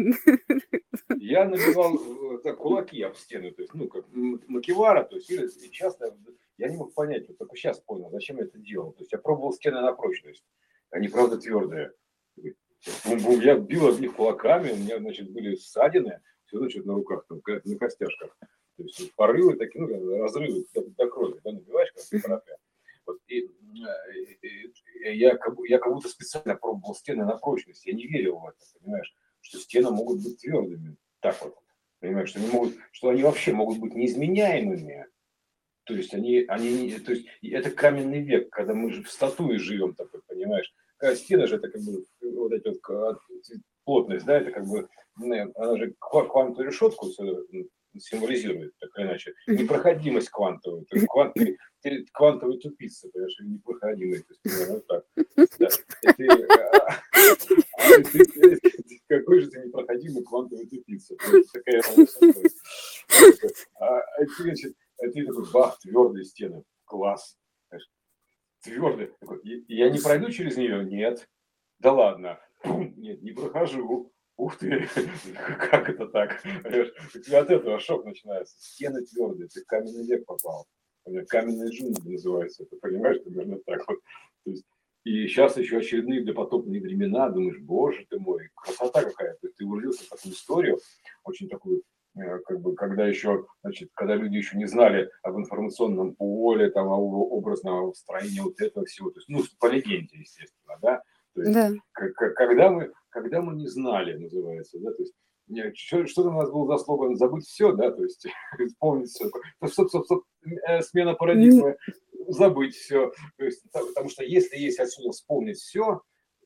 Я набивал э, так, кулаки об стену, то есть, ну, как м- макевара, то есть, или- и часто я не мог понять, вот только сейчас понял, зачем я это делал. То есть я пробовал стены на прочность, они правда твердые. Бум-бум, я бил об них кулаками, у меня, значит, были ссадины, все, значит, на руках, там, ка- на костяшках. То есть вот порывы такие, ну, разрывы до, до крови, да, набиваешь как парапет. Вот, и, э, и- и я, как, бу- я как будто специально пробовал стены на прочность, я не верил в это, понимаешь, что стены могут быть твердыми. Так вот, понимаешь, что они могут, что они вообще могут быть неизменяемыми. То есть они, они, не- то есть это каменный век, когда мы же в статуе живем, такой, понимаешь. А стены же это как бы вот эти вот к- плотность, да, это как бы, ну, она же ква- квантовую решетку с- символизирует, так или иначе, непроходимость квантовую, то есть квантовый, ты- квантовые тупицы, понимаешь, непроходимые, то есть примерно вот так. Да. И ты, а, а ты- ты- ты- какой же ты непроходимый квантовый тупица, то есть такая она собой. А, а ты, значит, а ты такой, бах, твердые стены, класс, твердые. Такой, «И- и я не пройду через нее? Нет. Да ладно. Пум, нет, не прохожу. Ух ты, как это так? Понимаешь, у тебя от этого шок начинается. Стены твердые, ты в каменный век попал. Каменные джунгли называется это, понимаешь, примерно так вот. То есть, и сейчас еще очередные допотопные времена, думаешь, боже ты мой, красота какая. То есть ты углубился в такую историю, очень такую, э, как бы, когда еще, значит, когда люди еще не знали об информационном поле, там, о образном строении вот этого всего, то есть, ну, по легенде, естественно, да, то есть, Да. к- к- когда мы, когда мы не знали, называется, да, то есть, не, что, что у нас был за слоган «забыть все», да, то есть вспомнить все, стоп, стоп, стоп, э, смена Н- парадигмы, забыть все, то есть, та- потому что если есть отсюда вспомнить все,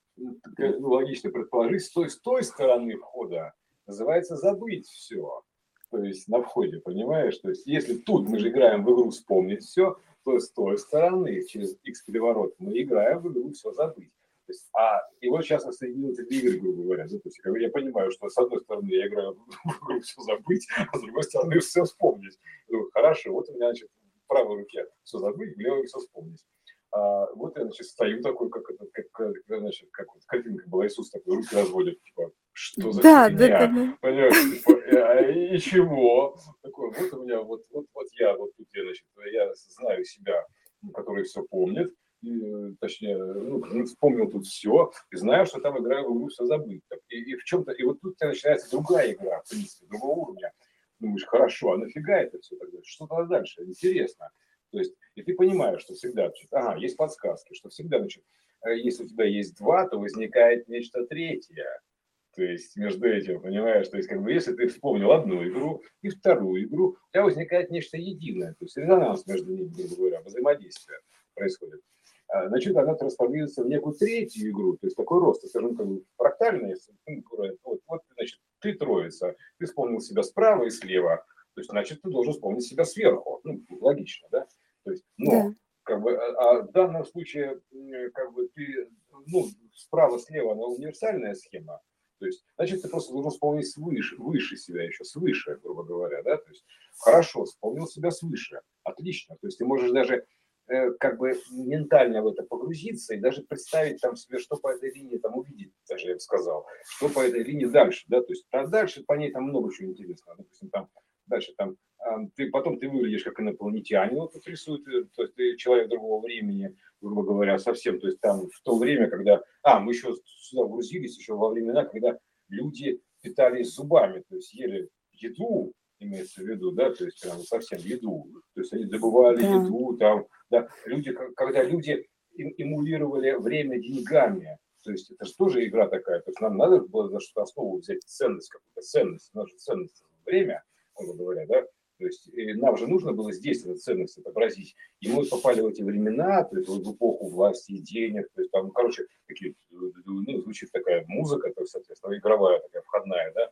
логично предположить, с той, с той стороны входа называется забыть все, то есть на входе, понимаешь, то есть если тут мы Да. же играем в игру вспомнить все, то с той стороны через X переворот мы играем в игру все забыть. То есть, а и вот сейчас соединилось эти игры, грубо говоря. Да? То есть, я понимаю, что с одной стороны я играю в игру все забыть, а с другой стороны все вспомнить. Ну, хорошо, вот у меня, значит, в правой руке все забыть, в левой все вспомнить. А вот я, значит, стою такой, как это, как, как, значит, как вот картинка была, Иисус такой руки разводит, типа, что за Да, да, да, фигня, да. понимаешь, типа, и, и чего? Такой, вот у меня, вот, вот, вот я, вот тут я, значит, я знаю себя, который все помнит, и, точнее, ну, вспомнил тут все, и знаю, что там играю в игру все забыть. И, и в чем-то, и вот тут начинается другая игра, в принципе, другого уровня. Думаешь, хорошо, а нафига это все тогда? Что тогда дальше? Интересно. То есть, и ты понимаешь, что всегда, ага, есть подсказки, что всегда, значит, если у тебя есть два, то возникает нечто третье. То есть между этим, понимаешь, то есть как бы если ты вспомнил одну игру и вторую игру, у тебя возникает нечто единое, то есть резонанс между ними, грубо говоря, взаимодействие происходит. А, значит, она трансформируется в некую третью игру, то есть такой рост, скажем, как бы фрактальный, вот, вот, значит, ты троица, ты вспомнил себя справа и слева, то есть, значит, ты должен вспомнить себя сверху, ну, логично, да, то есть, но, Да. как бы, а, а в данном случае, как бы, ты, ну, справа-слева, она универсальная схема, то есть, значит, ты просто должен вспомнить свыше, выше себя еще, свыше, грубо говоря, да, то есть, хорошо, вспомнил себя свыше, отлично, то есть ты можешь даже э, как бы ментально в это погрузиться и даже представить там себе, что по этой линии там увидеть, даже я бы сказал, что по этой линии дальше, да, то есть а дальше по ней там много чего интересного, допустим, там дальше там э, ты потом ты выглядишь как инопланетянин, вот тут рисует, то есть ты человек другого времени, грубо говоря, совсем, то есть там в то время, когда, а, мы еще сюда грузились еще во времена, когда люди питались зубами, то есть ели еду, имеется в виду, да, то есть прям совсем еду, то есть они добывали Да. еду, там, да, люди, когда люди эмулировали время деньгами, то есть это же тоже игра такая, то есть нам надо было за что-то основу взять ценность, какую-то ценность, у нас же ценность время, грубо говоря, да, то есть нам же нужно было здесь эту ценность отобразить. И мы попали в эти времена, то есть в эпоху власти и денег, то есть там, короче, такие, ну, звучит такая музыка, то есть, соответственно, игровая такая входная, да,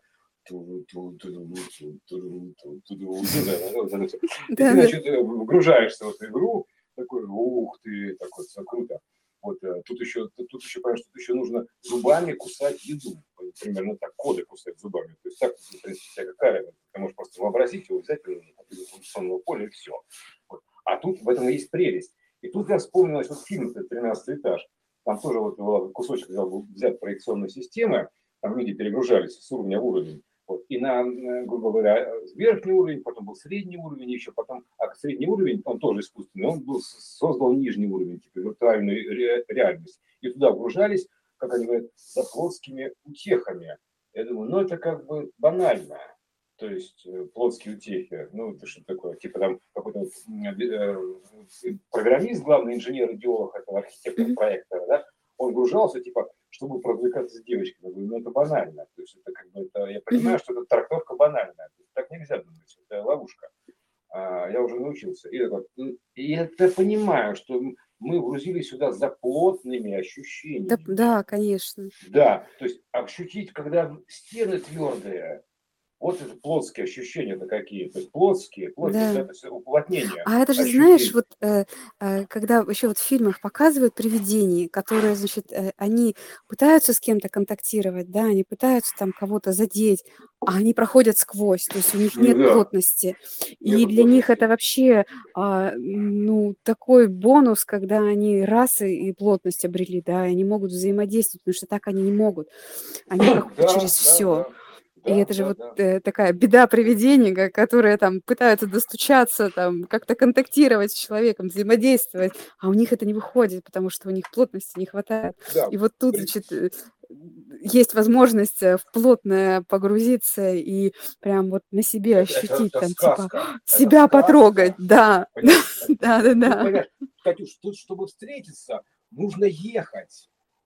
и ты, Да, да. значит, вгружаешься в эту игру, такой, ух ты, так вот, все круто. Вот тут еще, тут еще, понимаешь, тут еще нужно зубами кусать еду, примерно так, коды кусать зубами. То есть так, в принципе, какая, ты можешь просто вообразить его, взять из информационного поля и все. Вот. А тут в этом есть прелесть. И тут я вспомнил, значит, вот фильм «тринадцатый этаж». Там тоже вот кусочек взят проекционной системы, там люди перегружались с уровня в уровень. Вот. И на, грубо говоря, верхний уровень, потом был средний уровень, еще потом, а средний уровень, он тоже искусственный, он был, создал нижний уровень, типа виртуальную ре, реальность. И туда вгружались, как они говорят, за плотскими утехами. Я думаю, ну это как бы банально. То есть плотские утехи, ну это что такое, типа там какой-то э, программист, главный инженер, идеолог, этого архитектор проекта, да, он вгружался, типа, чтобы развлекаться с девочками. Я говорю, ну это банально. То есть это как бы, это, я понимаю, что это трактовка банальная. Так нельзя думать, это ловушка. А, я уже научился. И, это, и я понимаю, что мы вгрузились сюда за плотными ощущениями. Да, да, конечно. Да, то есть ощутить, когда стены твердые, вот это плотские ощущения-то какие. То есть плотские, плотские, да, Да. то есть уплотнение А это же, знаешь, ощущений. вот э, э, когда еще вот в фильмах показывают привидений, которые, значит, э, они пытаются с кем-то контактировать, да, они пытаются там кого-то задеть, а они проходят сквозь, то есть у них нет Да, плотности. И нету для них плотности. это вообще, а, ну, такой бонус, когда они расы и плотность обрели, да, и они могут взаимодействовать, потому что так они не могут. Они проходят Да, через да, все. да. И Да, это же да, вот да. э, такая беда привидений, ко- которые там пытаются достучаться, там как-то контактировать с человеком, взаимодействовать, а у них это не выходит, потому что у них плотности не хватает. Да, И вот тут, при- значит, э, есть возможность э, в плотное погрузиться и прям вот на себе это, это, ощутить, это там типа сказка. Это себя потрогать, сказка. да, Понимаешь? Это- ну, да-да-да. понимаешь, Катюш, тут, чтобы встретиться, нужно ехать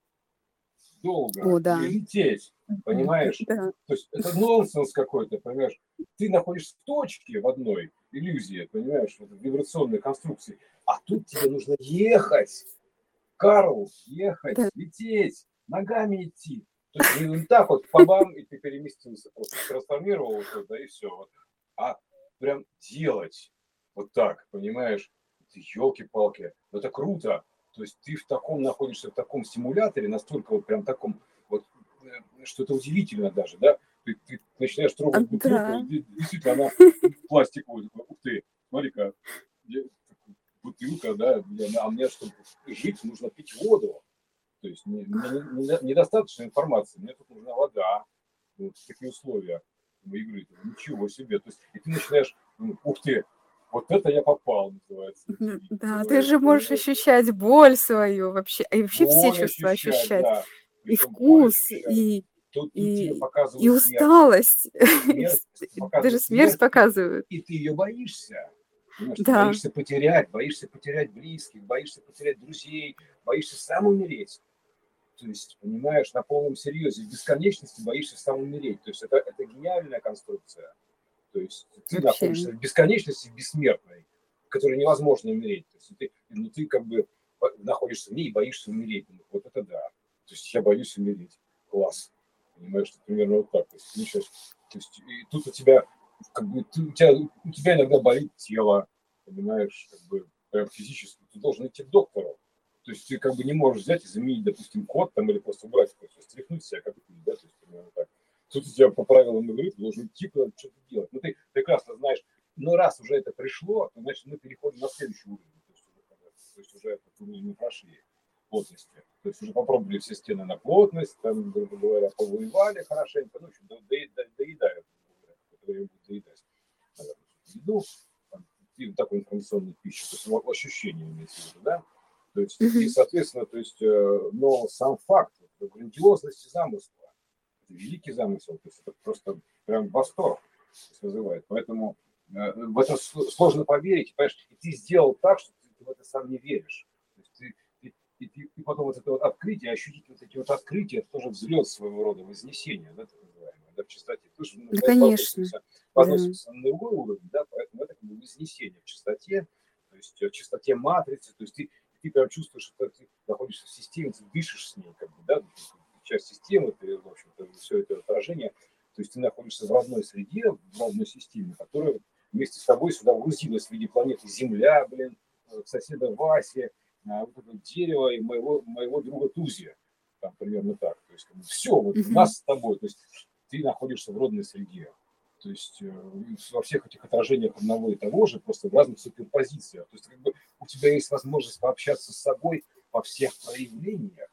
долго О, или да. лететь. Мгм. Понимаешь? Да. То есть это нонсенс какой-то, понимаешь? Ты находишься в точке в одной, иллюзии, понимаешь, вот вибрационной конструкции. А тут тебе нужно ехать. Карл, ехать, Да. лететь, ногами идти. То есть не вот так вот, пабам, и ты переместился, просто трансформировал вот это, и все. Вот. А прям делать вот так, понимаешь? Ты елки-палки, это круто. То есть ты в таком находишься, в таком стимуляторе, настолько вот прям таком, вот, э, что это удивительно даже, да? Ты, ты начинаешь А, трогать бутылку, и да. де- действительно она пластиковая. Такой, ух ты, смотри-ка, де- бутылка, да, для- а мне, чтобы жить, нужно пить воду. То есть мне, мне не- не- недостаточно информации, мне тут нужна вода. Вот такие условия игры. Ничего себе. То есть, и ты начинаешь, ну, ух ты, вот это я попал, называется, на М, телевидение, да, ты говорят, же можешь понимаешь? ощущать боль свою вообще, и вообще все Боль чувства ощущать, ощущать. да. И Причем боль вкус, ощущать. и Тут, тут тебе и и показывают смерть. усталость, и Смерть, с и даже показывают смерть смерть, и, показывают. и ты ее боишься. Понимаешь, ты Да, боишься потерять, боишься потерять близких, боишься потерять друзей, боишься сам умереть. То есть, понимаешь, на полном серьезе, в бесконечности боишься сам умереть. То есть это, это гениальная конструкция. То есть ты вообще. находишься в бесконечности бессмертной, в которой невозможно умереть. То есть ты, ну, ты как бы находишься в ней и боишься умереть. Ну, вот это да. То есть я боюсь умереть. Класс. Понимаешь, что примерно вот так. То есть, ну, то есть и тут у тебя как бы ты, у, тебя, у тебя иногда болит тело, понимаешь, как бы прям физически. Ты должен идти к доктору. То есть ты как бы не можешь взять и заменить, допустим, код там или просто убрать, просто стряхнуть себя как-то, да, то есть примерно так. Тут у тебя по правилам игры ты должен идти куда-то что-то делать. Но ты прекрасно знаешь, но раз уже это пришло, то значит мы переходим на следующий уровень. То есть уже, то есть уже этот уровень мы прошли плотности. То есть уже попробовали все стены на плотность, там, грубо говоря, повоевали хорошенько, ну, в общем, доедают, доедают, которые будут доедать, наверное, еду, там, и вот такой информационной пищи, то есть ощущение имеется в виду, да? То есть, и, Мгм. соответственно, то есть, э, но сам факт грандиозности замысла, это великий замысел, то есть это просто прям восторг вызывает. Поэтому э, в это сложно поверить, понимаешь, и ты сделал так, что ты в это сам не веришь. То есть ты, и, и, и потом вот это вот открытие, ощутить вот эти вот открытия, это тоже взлет своего рода, вознесение, да, так называемое, да, в чистоте. Ты же ну, Да, конечно. возносишься, Да. возносишься на другой уровень, да, поэтому это как бы вознесение в чистоте, то есть в чистоте матрицы, то есть ты, ты прям чувствуешь, что ты находишься в системе, ты дышишь с ней, как бы, да, часть системы, ты, в общем-то, все это отражение, то есть ты находишься в родной среде, в родной системе, которая вместе с тобой сюда грузилась в виде планеты Земля, блин, соседа Васи, вот это дерево и моего, моего друга Тузи, там примерно так. То есть все, вот у Мгм. нас с тобой, то есть ты находишься в родной среде. То есть э, во всех этих отражениях одного и того же, просто в разных суперпозициях. То есть как бы у тебя есть возможность пообщаться с собой во всех проявлениях.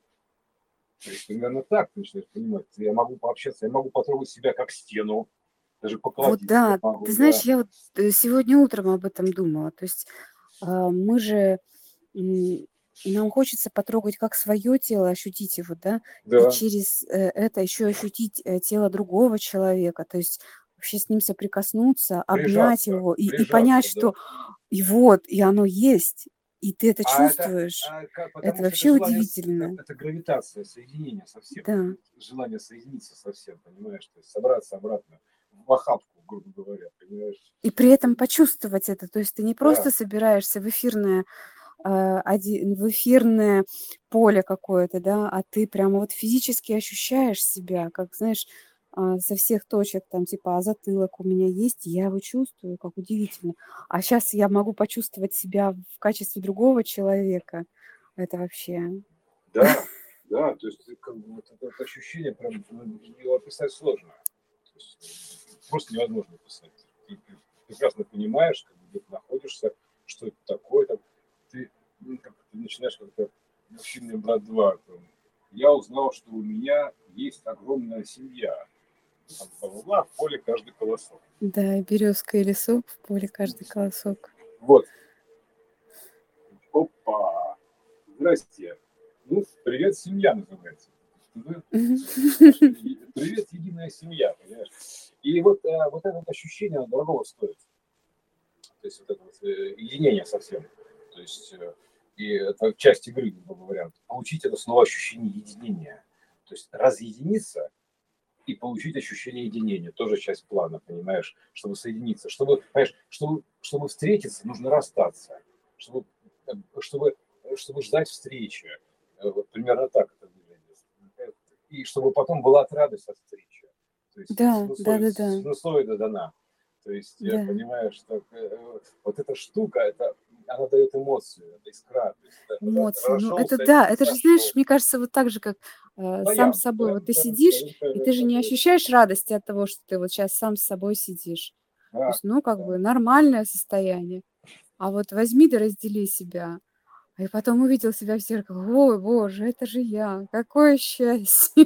То есть примерно так ты начинаешь понимать. Я могу пообщаться, я могу потрогать себя как стену, даже Вот поколотить себя да, ты могу, знаешь, да. я вот э, сегодня утром об этом думала. То есть а, мы же м, нам хочется потрогать как свое тело, ощутить его, да, и Да, через э, это еще ощутить э, тело другого человека, то есть вообще с ним соприкоснуться, обнять прижаться, его и, и понять, прижаться, что да. и вот, и оно есть, и ты это А это чувствуешь. а, ка- Это потому что это вообще желание, это, удивительно. это гравитация, соединение совсем, Да. желание соединиться совсем, понимаешь, то есть собраться обратно в охапку, грубо говоря, понимаешь. И при этом почувствовать это. То есть ты не просто Да, собираешься в эфирное а, оди в эфирное поле какое-то, да, а ты прямо вот физически ощущаешь себя, как, знаешь, а, со всех точек, там, типа, а затылок у меня есть, я его чувствую, как удивительно. А сейчас я могу почувствовать себя в качестве другого человека. Это вообще да, да, то есть как бы вот это, это ощущение, прям ну, его описать сложно. То есть, э, просто невозможно описать. Ты, ты прекрасно понимаешь, как, где ты находишься, что это такое. Там, ты, ну, как, ты начинаешь как-то в фильме «Брат два». Там, я узнал, что у меня есть огромная семья. там, бла-бла-бла, в поле каждый колосок. Да, березка и лесок, в поле каждый колосок. Вот. Опа! Здрасте. Ну, привет, семья называется. Привет, единая семья, понимаешь? И вот, вот это вот ощущение, оно дорого стоит. То есть вот это вот единение совсем. То есть и это часть игры, грубо говоря. Получить это снова ощущение единения. То есть разъединиться и получить ощущение единения. Тоже часть плана, понимаешь? Чтобы соединиться. Чтобы, понимаешь, чтобы, чтобы встретиться, нужно расстаться. Чтобы, чтобы, чтобы ждать встречи. Вот примерно так это выглядит. И чтобы потом была радость от встречи. То есть да, да, да, да. синусоида дана. То есть да. я понимаю, что э, вот эта штука, это, она дает эмоцию, это искра. То есть, это, эмоции, ну это да, это же, знаешь, мне кажется, вот так же, как э, сам с собой. Вот ты сидишь, и ты же не ощущаешь радости от того, что ты вот сейчас сам с собой сидишь. То есть, ну, как бы нормальное состояние. А вот возьми да раздели себя. И потом увидел себя в зеркало. Ой, боже, это же я. Какое счастье.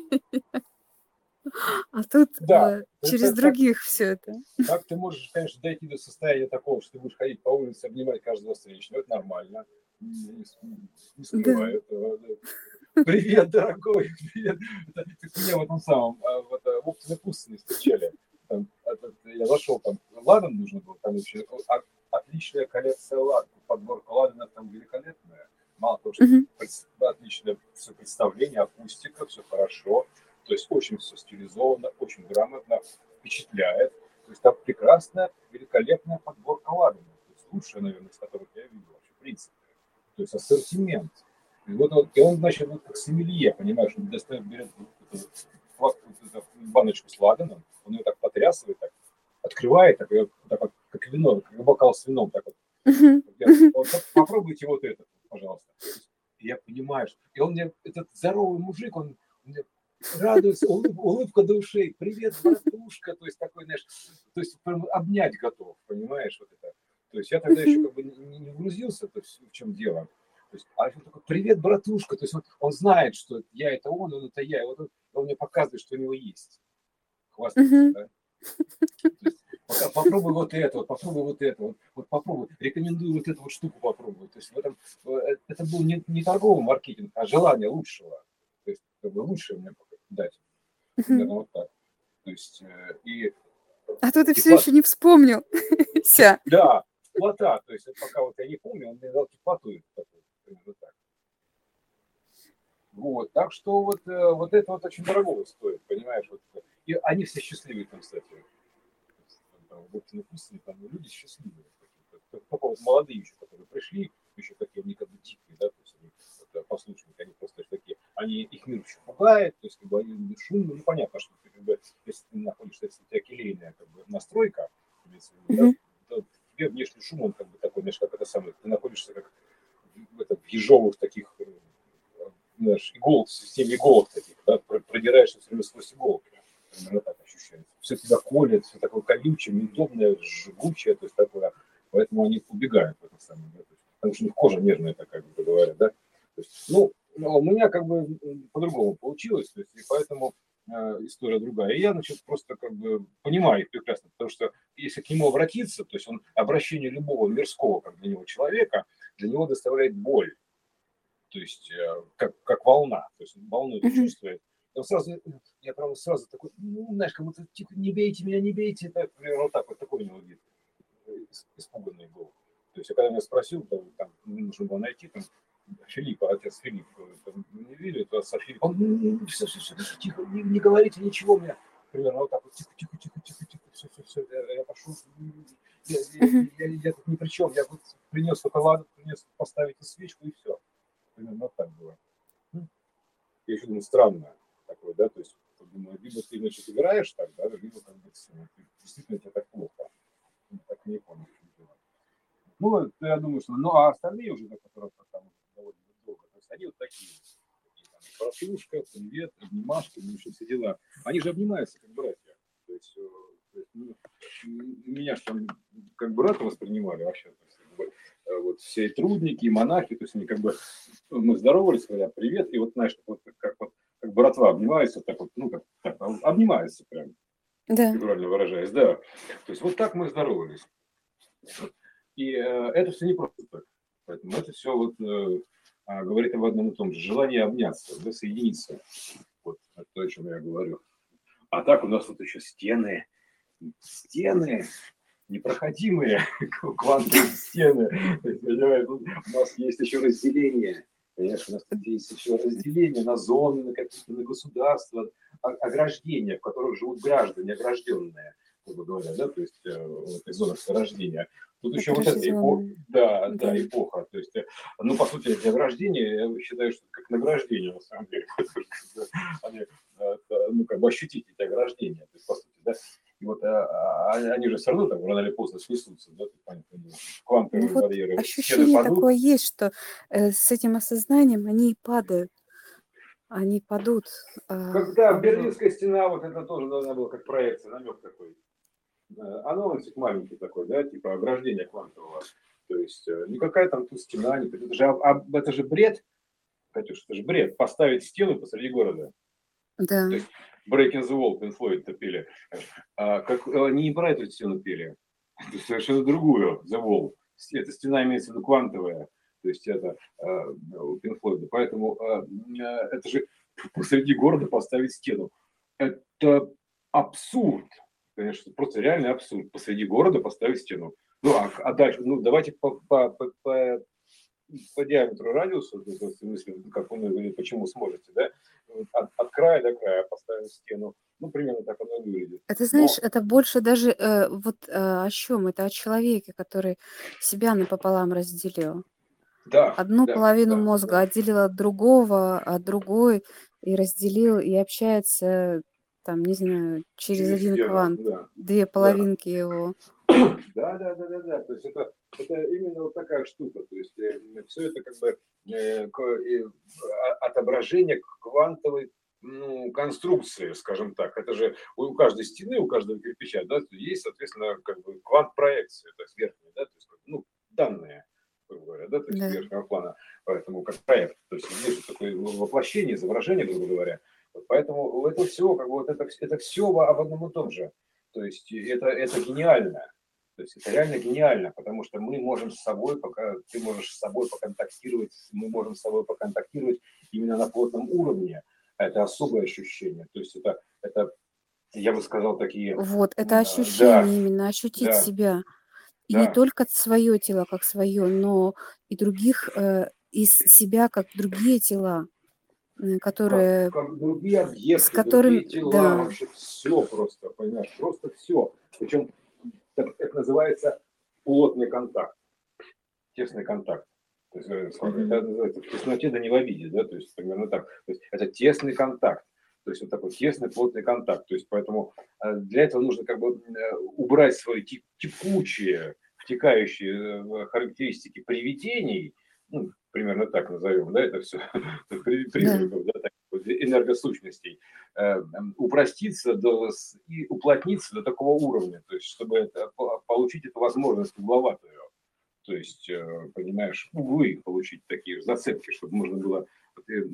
А тут да, э, через это, других так, все это. Так ты можешь, конечно, дойти до состояния такого, что ты будешь ходить по улице, обнимать каждого встречного. Это нормально. Не, не скрываю да. этого. Привет, дорогой. Привет. Это, меня в этом самом, в, это, в оптиной пустыне встречали. Там, это, я зашел, там ладан нужно было, там вообще отличная коллекция ладан, подборка ладанов там великолепная. Мало того, что uh-huh. отличное все представление, акустика, все хорошо. То есть очень все стилизовано, очень грамотно, впечатляет. То есть там прекрасная, великолепная подборка ладанов. То есть лучшая, наверное, из которых я видел вообще, в принципе. То есть ассортимент. И, вот, вот, и он, значит, вот как сомелье, понимаешь, он достает, берет вот эту, вот эту баночку с ладаном, он ее так потрясывает, так, открывает, так, так вот, как вино, как бокал с вином. Так вот. Uh-huh. Вот, попробуйте вот это, пожалуйста. И я понимаю, что... И он мне, этот здоровый мужик, он мне радуется, улыб, улыбка до ушей. Привет, братушка. То есть такой, знаешь, то есть прям обнять готов, понимаешь, вот это. То есть я тогда еще как бы не, не вгрузился, то есть в чем дело. То есть, а он такой, привет, братушка. То есть он, он знает, что я это он, он это я. И вот он, он мне показывает, что у него есть. Хвастается, uh-huh. да? То есть, попробуй вот это, вот, попробуй вот это, вот, вот попробуй, рекомендую вот эту вот штуку попробовать. То есть в этом, это был не, не торговый маркетинг, а желание лучшего. То есть как бы лучшее мне дать. Примерно вот так. То есть, и, а то ты все еще не вспомнил. Да, теплота. То есть пока вот я не помню, он мне дал теплоту. Примерно так. Вот, так что вот, вот это вот очень дорого стоит, понимаешь? Вот. И они все счастливые там, кстати. Там, в оптиной пустыне, там люди счастливые. Только вот молодые еще, которые пришли, еще такие, они как бы дикие, да, то есть они вот, послушники, они просто такие, они, их мир еще пугает, то есть как бы они шумные, ну понятно, что ты, как бы, если ты находишься, если у тебя келейная как бы настройка, mm-hmm. да, то тебе внешний шум, он как бы такой, знаешь, как это самое, ты находишься как в, это, в ежовых таких, знаешь, иголок, в системе иголок таких, да, продираешься все время сквозь иголки. Примерно так ощущается. Все тебя колет, все такое колючее, неудобное, жгучее, то есть такое. Поэтому они убегают в этом самом, да, потому что у них кожа нежная такая, как говорят, да. То есть, ну, у меня как бы по-другому получилось, то есть, и поэтому э, история другая. И я, значит, просто как бы понимаю их прекрасно, потому что если к нему обратиться, то есть он обращение любого мирского, как для него человека, для него доставляет боль. То есть э, как, как волна, то есть он волну это чувствует. Он сразу, я правда сразу такой, ну, знаешь, как будто, типа, не бейте меня, не бейте, так, примерно вот так, вот такой у него вид, испуганный был. То есть, я когда меня спросил, там, там нужно было найти, там, Филиппа, отец Филипп, там, не видели, то отца Филиппа, он, все, все, все, тихо, не, не говорите ничего мне, примерно вот так вот, тихо, тихо, тихо, тихо, тихо, все, все, все, я, я пошел, я, я, я, я, я тут ни при чем, я вот принес только ладно, принес поставить свечку и все. Примерно вот так было. Я еще думаю, странно такое, да, то есть, думаю, либо ты, значит, играешь так, да, либо как бы действительно тебе так плохо. Так не помню, что делать. Ну, я думаю, что, ну, а остальные уже, которые там довольно долго, то есть они вот такие, такие там, братушка, привет, обнимашки, ну, еще все дела. Они же обнимаются, как братья. То есть, то есть ну, меня же там как брата воспринимали вообще, то есть, как бы, вот все и трудники, и монахи, то есть они как бы, мы здоровались, говорят, привет, и вот, знаешь, вот, как, вот, как братва обнимается, так вот, ну, как, так, обнимается прям. Да. фигурально выражаясь, да. То есть вот так мы здоровались. И э, это все не просто так. Поэтому это все вот э, а, говорит об одном и том же. Желание обняться, да, соединиться. Вот это то, о чем я говорю. А так у нас тут еще стены. Стены непроходимые, квантовые стены. То есть, понимаешь, тут у нас есть еще разделение. Понимаешь, у нас тут есть еще разделение на зоны, на какие-то на государства, о- ограждения, в которых живут граждане, огражденные, грубо говоря, да, то есть э, в этой зоне рождения. Тут еще вот эта эпоха, Отраженные. да, да, Да. эпоха. То есть, э, ну, по сути, это ограждение, я считаю, что это как награждение, на самом деле. Потому что они, э, ну, как бы ощутить эти ограждения, то есть, по сути, да. И вот а, а, они же все равно там рано или поздно снесутся, да, понятно, Ну квантовые вот барьеры, стены ощущение падут. такое есть, что э, с этим осознанием они и падают, они падут. а, Когда в- Берлинская стена, вот это тоже должна была как проекция, намек такой. Э, Анонсик маленький такой, да, типа ограждения квантового. То есть э, никакая там тут стена, не, это же, а, а, это же бред, Катюш, это же бред, поставить стену посреди города. Да. То есть Breaking the Wall, Pink Floyd пели. А, как, они не про эту стену пели, это совершенно другую, The Wall. Эта стена имеется в виду квантовая, то есть это у Pink Floyd. Поэтому а, это же посреди города поставить стену. Это абсурд, конечно, просто реальный абсурд. Посреди города поставить стену. Ну, а, а дальше, ну, давайте по, по, по, по, по диаметру радиуса, в смысле, как вы говорите, почему сможете, да, от, от края до края поставить стену. Ну, примерно так оно и выглядит. Это, знаешь, Но, это больше даже э, вот э, о чем? Это о человеке, который себя напополам разделил. да, Одну да, половину да, мозга да, отделил от другого, от другой и разделил, и общается, там, не знаю, через через один стену, квант, да, две да. половинки его. Да, да, да, да, да. То есть это, это именно вот такая штука. То есть э, все это как бы э, к- э, а- отображение квантовой ну, конструкции, скажем так. Это же у каждой стены, у каждого кирпича, да, есть, соответственно, как бы квант проекции, то есть верхняя, да, то есть, как бы, ну, данные, грубо говоря, да, то есть Да. верхнего плана, поэтому как проект, то есть есть такое воплощение, изображение, грубо говоря. Вот поэтому это все, как бы вот это, это все об одном и том же. То есть это, это гениально. То есть это реально гениально, потому что мы можем с собой, пока ты можешь с собой поконтактировать, мы можем с собой поконтактировать именно на плотном уровне. Это особое ощущение. То есть это, это я бы сказал, такие, Вот, это да, ощущение именно, ощутить да, себя. И не да. только свое тело как свое, но и других, э, из себя как другие тела, э, Как, которые, как другие с объекты, другие которыми, тела, да, вообще все просто, понимаешь, просто все. Причем это, это называется плотный контакт, тесный контакт. То есть, э, мгм, это называется в тесноте, да не в обиде, да, то есть примерно так. То есть это тесный контакт, то есть вот такой тесный, плотный контакт. То есть поэтому э, для этого нужно как бы э, убрать свои тек- текучие, втекающие э, характеристики привидений, ну, примерно так назовем, да, это все да, призраков, да, так, вот, энергосущностей, э, м, упроститься до, с- и уплотниться до такого уровня, то есть чтобы это, по- получить эту возможность угловатую. То есть, э, понимаешь, углы получить такие же, зацепки, чтобы можно было вот, э,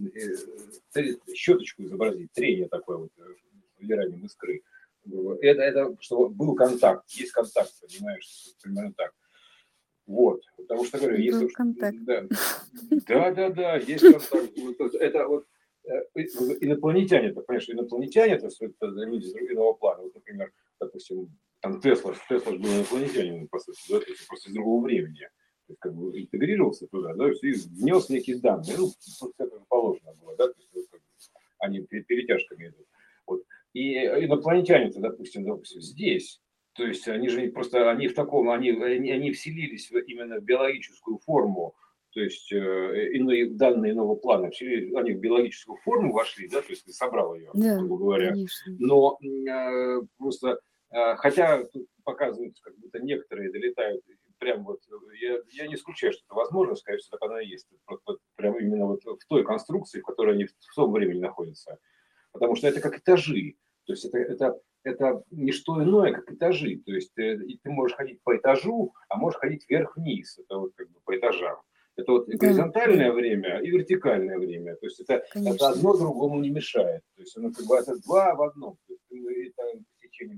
э, щеточку изобразить, трение такое вот, э, выдиранием искры. Это, это, чтобы был контакт, есть контакт, понимаешь, примерно так. Вот, потому что, говорю, если был уж, контакт. да, да, да, да, есть контакт. Вот это вот э, инопланетяне, ты понимаешь, инопланетяне, то есть это люди из иного плана. Вот, например, допустим, там Тесла, Тесла же был инопланетянин, по сути, да, то есть просто из другого времени. То есть как бы интегрировался туда, да, и внес некие данные, ну, все как положено было, да, то есть вот, как бы, они перетяжками идут. Вот. И инопланетяне-то, допустим, допустим, здесь, то есть они же просто, они в таком, они, они, они вселились в, именно в биологическую форму, то есть э, иные, данные иного плана, вселились, они в биологическую форму вошли, да, то есть ты собрал ее, Да, грубо говоря, конечно. но э, просто, э, хотя тут показывают, как будто некоторые долетают прям вот, я, я не исключаю, что это возможно, скорее всего, так оно и есть, вот, вот, прям именно вот в той конструкции, в которой они в том времени находятся, потому что это как этажи, то есть это, это это не что иное, как этажи. То есть ты, ты можешь ходить по этажу, а можешь ходить вверх-вниз. Это вот как бы по этажам. Это вот Да, да, горизонтальное время и вертикальное время. То есть это, это конечно. одно другому не мешает. То есть оно как бы это два в одном. То есть это по течению горизонтального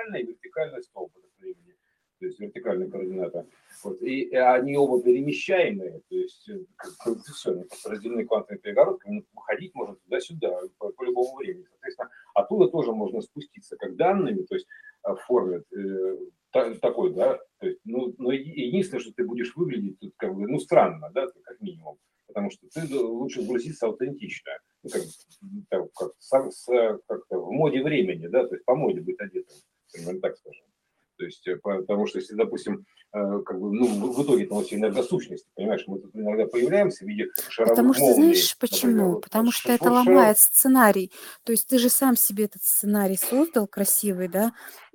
горизонтальная и вертикальная столб времени, то есть вертикальная координата. Вот. И, и они оба перемещаемые, то есть все, они просто разделены квантовыми перегородками, ходить можно туда-сюда по, по любому времени. Соответственно, оттуда тоже можно спуститься как данными, то есть в форме э, та, такой, да, то есть, ну, но единственное, что ты будешь выглядеть тут как бы, ну, странно, да, как минимум, потому что ты лучше грузиться аутентично, ну, как, как, как, с, как в моде времени, да, то есть по моде быть одетым, примерно так скажем. То есть, потому что если, допустим, как бы, ну, в итоге там все энергосущности, понимаешь, мы тут иногда появляемся в виде шаровых Потому что, молний, знаешь, почему? например, вот, Потому что это вот ломает шаров... сценарий. То есть ты же сам себе этот сценарий создал красивый, да,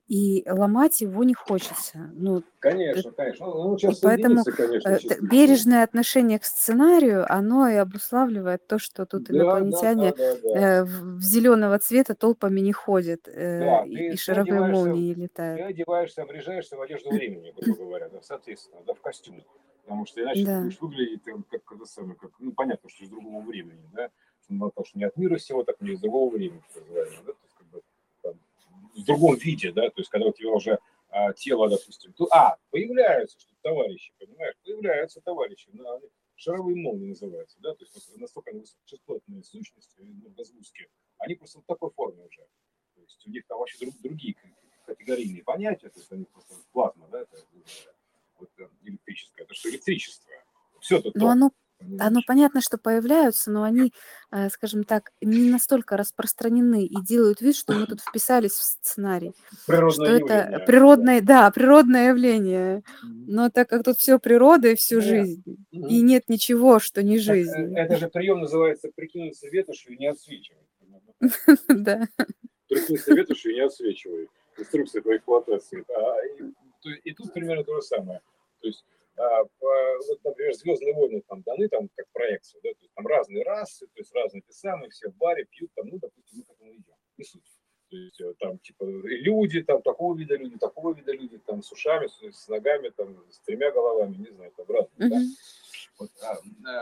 и ломать его не хочется. Ну, Конечно, конечно. Ну, и сейчас поэтому соединится, конечно, э, т- частично. бережное отношение к сценарию, оно и обуславливает то, что тут Да, да, да, инопланетяне да, да. э, в, в зеленого цвета толпами не ходят, э, Да, и, ты, и ты шаровые одеваешься, молнии ты летают. одеваешься, обрежаешься в одежду времени, грубо говоря, да, соответственно, да, в костюм. Потому что иначе ты Да. будешь выглядеть там, как это самое, как, ну, понятно, что из другого времени, да, потому что не от мира всего, так не из другого времени, что называется, да, то есть, как бы, там, в другом виде, да, то есть, когда у тебя уже а, тело, допустим, то, а, появляются что товарищи, понимаешь, появляются товарищи, на, шаровые молнии называются, да, то есть, вот, настолько они высокочастотные сущности, энергосгустки, они просто в такой форме уже. То есть у них там вообще друг, другие категорийные понятия, то есть они просто плазма, да, это, вот, электрическое, это что электричество. Все это Но то. оно, оно Понимаешь? понятно, что появляются, но они, э, скажем так, не настолько распространены и делают вид, что мы тут вписались в сценарий, что Природное это явление. природное, да, природное явление. Мгм. Но так как тут все природа и всю Нет. жизнь, и Мгм. нет ничего, что не Так, э, жизнь. это же прием называется прикинуться ветошью и не отсвечивать. Примерно так. Да. Прикинуться ветошью и не отсвечивай. Инструкция по эксплуатации. А, и, то- и тут примерно то же самое. То есть, а, по- вот, например, «Звездные войны» там даны там как проекция, да, то есть там разные расы, то есть разные те самые, все в баре пьют, там, ну, допустим, мы к этому идем. Не суть. То есть э, там типа и люди, там такого вида люди, такого вида люди, там с ушами, с, с ногами, там с тремя головами, не знаю, там разные, да. Мгм. Вот, а,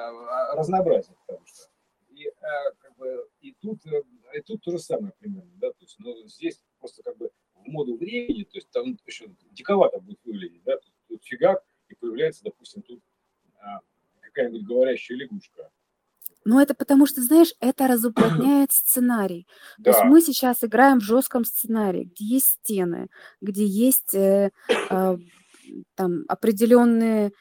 а, разнообразие, потому что. И, а, как бы, и, тут, э, и тут то же самое примерно, да, то есть, ну, здесь просто как бы в моду времени, то есть там еще диковато будет выглядеть, да, тут, тут фигак, и появляется, допустим, тут а, какая-нибудь говорящая лягушка. Ну, это потому что, знаешь, это разуплотняет сценарий. То есть Да, мы сейчас играем в жестком сценарии, где есть стены, где есть э, а, там определенные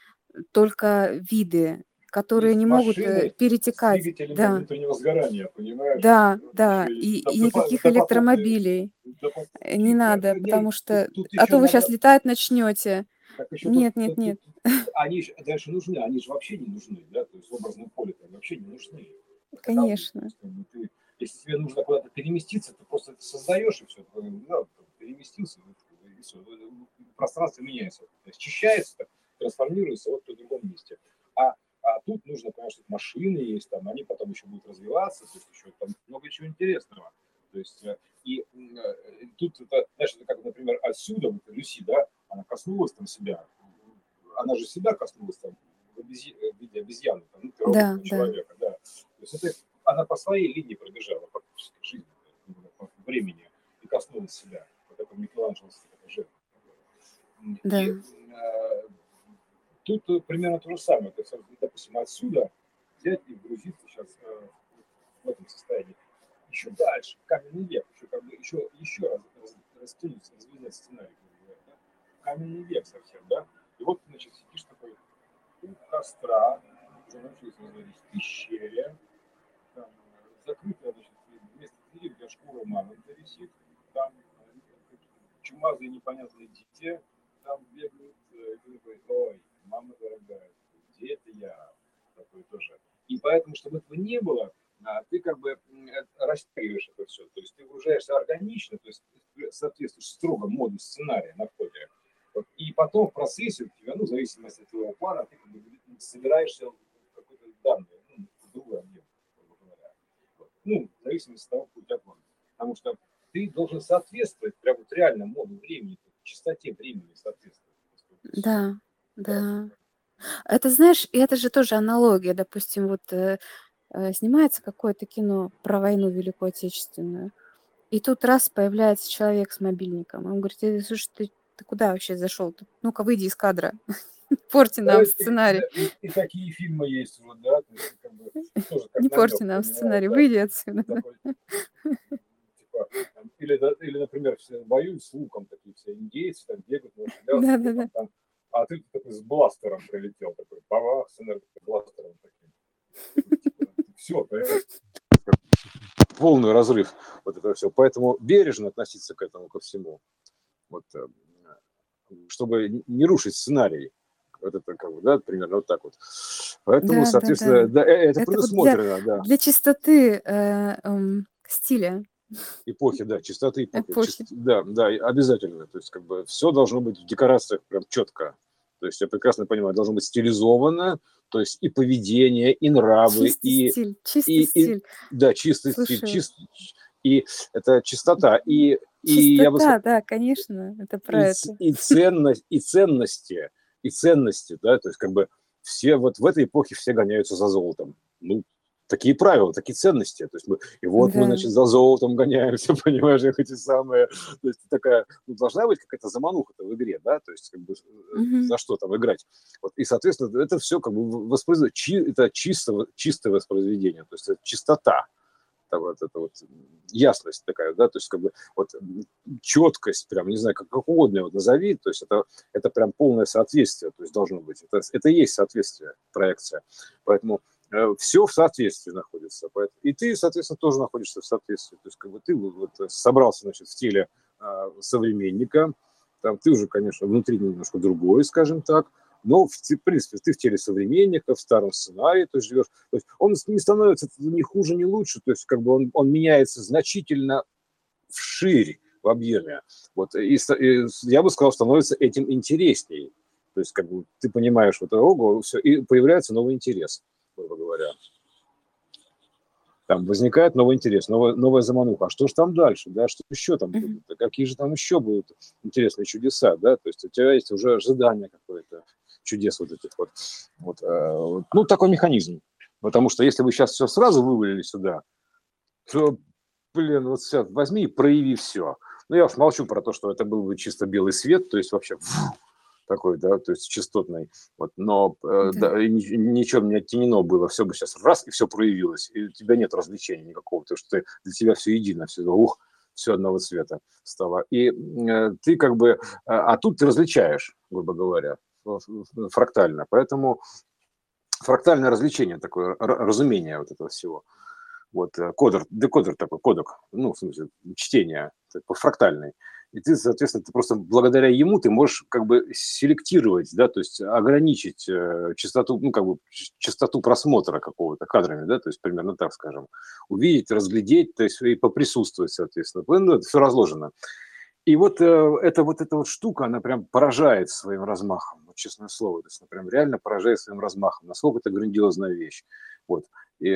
только виды, и которые с не могут э, машиной, с перетекать. двигателем Да, внутреннего сгорания, понимаешь? да, Вот еще да. и И, и доп- никаких допотопные, электромобилей э, не допотопные, надо, нет, потому тут, что... тут А еще то вы сейчас надо. летать начнете. Так еще тут, Нет, нет, тут, нет. тут, тут они же дальше нужны, они же вообще не нужны, да, то есть в образном поле они вообще не нужны. Как таковые. То Конечно. есть, как бы, ты, если тебе нужно куда-то переместиться, ты просто это создаешь и все, да, переместился, и все, пространство меняется, счищается, трансформируется вот в другом месте. А, а тут нужно, конечно, машины есть, там, они потом еще будут развиваться, то есть еще там много чего интересного. То есть э, и э, тут это, знаешь, это как, например, отсюда, вот Люси, да, она коснулась там себя, она же себя коснулась там в, обези... в виде обезьяны, там, ну, Да, первобытного да. человека, да. То есть это она по своей линии пробежала практически в жизни, по времени, и коснулась себя. Вот это Микеланджело же. Да. И э, тут примерно то же самое. То есть, допустим, отсюда взять и вгрузиться сейчас э, в этом состоянии еще дальше, каменный век, еще как бы еще, еще раз, раз растянуть, развязать сценарий, да? Каменный век совсем, да? И вот, значит, сидишь такой у костра, уже научился разводить в пещере, там закрытая, значит, вместо двери, где шкура мамонта висит, там чумазые непонятные дети, там бегают, и ты такой, ой, мама дорогая, где это я? Такой тоже. И поэтому, чтобы этого не было, ты как бы растягиваешь это все. То есть ты выгружаешься органично, то есть соответствуешь строго моду сценария на входе. Вот. И потом в процессе у тебя, ну, в зависимости от твоего плана, ты как бы собираешься в какой-то данный, ну, другой объем, грубо говоря. Вот. Ну, в зависимости от того, какой у тебя план. Потому что ты должен соответствовать прям вот реально моду времени, частоте времени соответствовать. Да, Да. да. Это, знаешь, и это же тоже аналогия. Допустим, вот э, э, снимается какое-то кино про войну Великую Отечественную, И тут раз появляется человек с мобильником. Он говорит: «Э, слушай, ты, ты куда вообще зашел? Ты, ну-ка, выйди из кадра, порти Да, нам и, сценарий. да, и- и такие фильмы есть уже, да, то есть как бы тоже как Не порти намек, нам понимаешь, сценарий, да, выйди отсюда. такой, типа, там, или, да, или, например, все воюют с луком, такие все индейцы, там бегают на лошадях, с Да-да-да. луком, там, а ты такой с бластером прилетел, такой, бабах, сценарий, бластером таким. Типа, все, это полный разрыв вот этого всего. Поэтому бережно относиться к этому, ко всему. Вот, э, чтобы не рушить сценарий. Вот это как бы, да, примерно вот так вот. Поэтому, Да, да, соответственно, да. да, э, это Это вот для, предусмотрено, да. для чистоты э, эм, стиля Эпохи, да, чистоты эпохи. Чист, эпохи. да, да, обязательно. То есть, как бы, все должно быть в декорациях прям четко. То есть, я прекрасно понимаю, должно быть стилизовано, то есть и поведение, и нравы, Чистый и, стиль, чистый и, и стиль. да, чистый стиль, Слушай, чист, и это чистота, и, и я бы сказал, чистота, да, конечно, это про и, это. и ценность, и ценности, и ценности, да, то есть как бы все вот в этой эпохе все гоняются за золотом. Ну, такие правила, такие ценности. То есть мы, и вот мы, Да. значит, за золотом гоняемся, понимаешь, эти самые. То есть такая, ну, должна быть какая-то замануха-то в игре, да, то есть как бы Мгм. за что там играть. Вот, и, соответственно, это все как бы воспроизводится, чи, это чисто, чистое воспроизведение, то есть это чистота. Это вот, это вот ясность такая, да, то есть как бы вот четкость, прям, не знаю, как, как угодно его назови, то есть это, это прям полное соответствие, то есть должно быть. Это, это и есть соответствие, проекция. Поэтому э, все в соответствии находится. Поэтому, и ты, соответственно, тоже находишься в соответствии. То есть как бы ты вот, собрался, значит, в теле э, современника, там ты уже, конечно, внутри немножко другой, скажем так, но, в, в принципе, ты в теле современника, в старом сценарии ты живешь. То есть он не становится ни хуже, ни лучше, то есть как бы он, он меняется значительно вширь в объеме. Вот, и, и я бы сказал, становится этим интересней. То есть как бы ты понимаешь, вот, ого, все, и появляется новый интерес, грубо говоря. Там возникает новый интерес, новая, новая замануха. А что же там дальше, да, что еще там Мгм. будет, какие же там еще будут интересные чудеса, да, то есть у тебя есть уже ожидание какое-то чудес вот этих вот. Вот, э, ну, такой механизм. Потому что если вы сейчас все сразу вывалили сюда, то, блин, вот сейчас возьми и прояви все. Ну, я уж молчу про то, что это был бы чисто белый свет, то есть вообще такой, да, то есть частотный. Вот, но э, Да. да, и ни- ничем не оттенено было, все бы сейчас раз, и все проявилось. И у тебя нет развлечения никакого, потому что ты, для тебя все едино, все, ух, все одного цвета стало. И э, ты как бы, а, а тут ты различаешь, грубо говоря, фрактально. Поэтому фрактальное развлечение такое, разумение вот этого всего. Вот, э, кодер, декодер такой, кодек, ну, в смысле, чтение, такой фрактальный. И ты, соответственно, ты просто благодаря ему ты можешь как бы селектировать, да, то есть ограничить э, частоту, ну, как бы частоту просмотра какого-то кадрами, да, то есть примерно так скажем. Увидеть, разглядеть, то есть и поприсутствовать, соответственно. Ну, это все разложено. И вот э, эта вот эта вот штука, она прям поражает своим размахом, вот честное слово, то есть она прям реально поражает своим размахом, насколько это грандиозная вещь. Вот. И,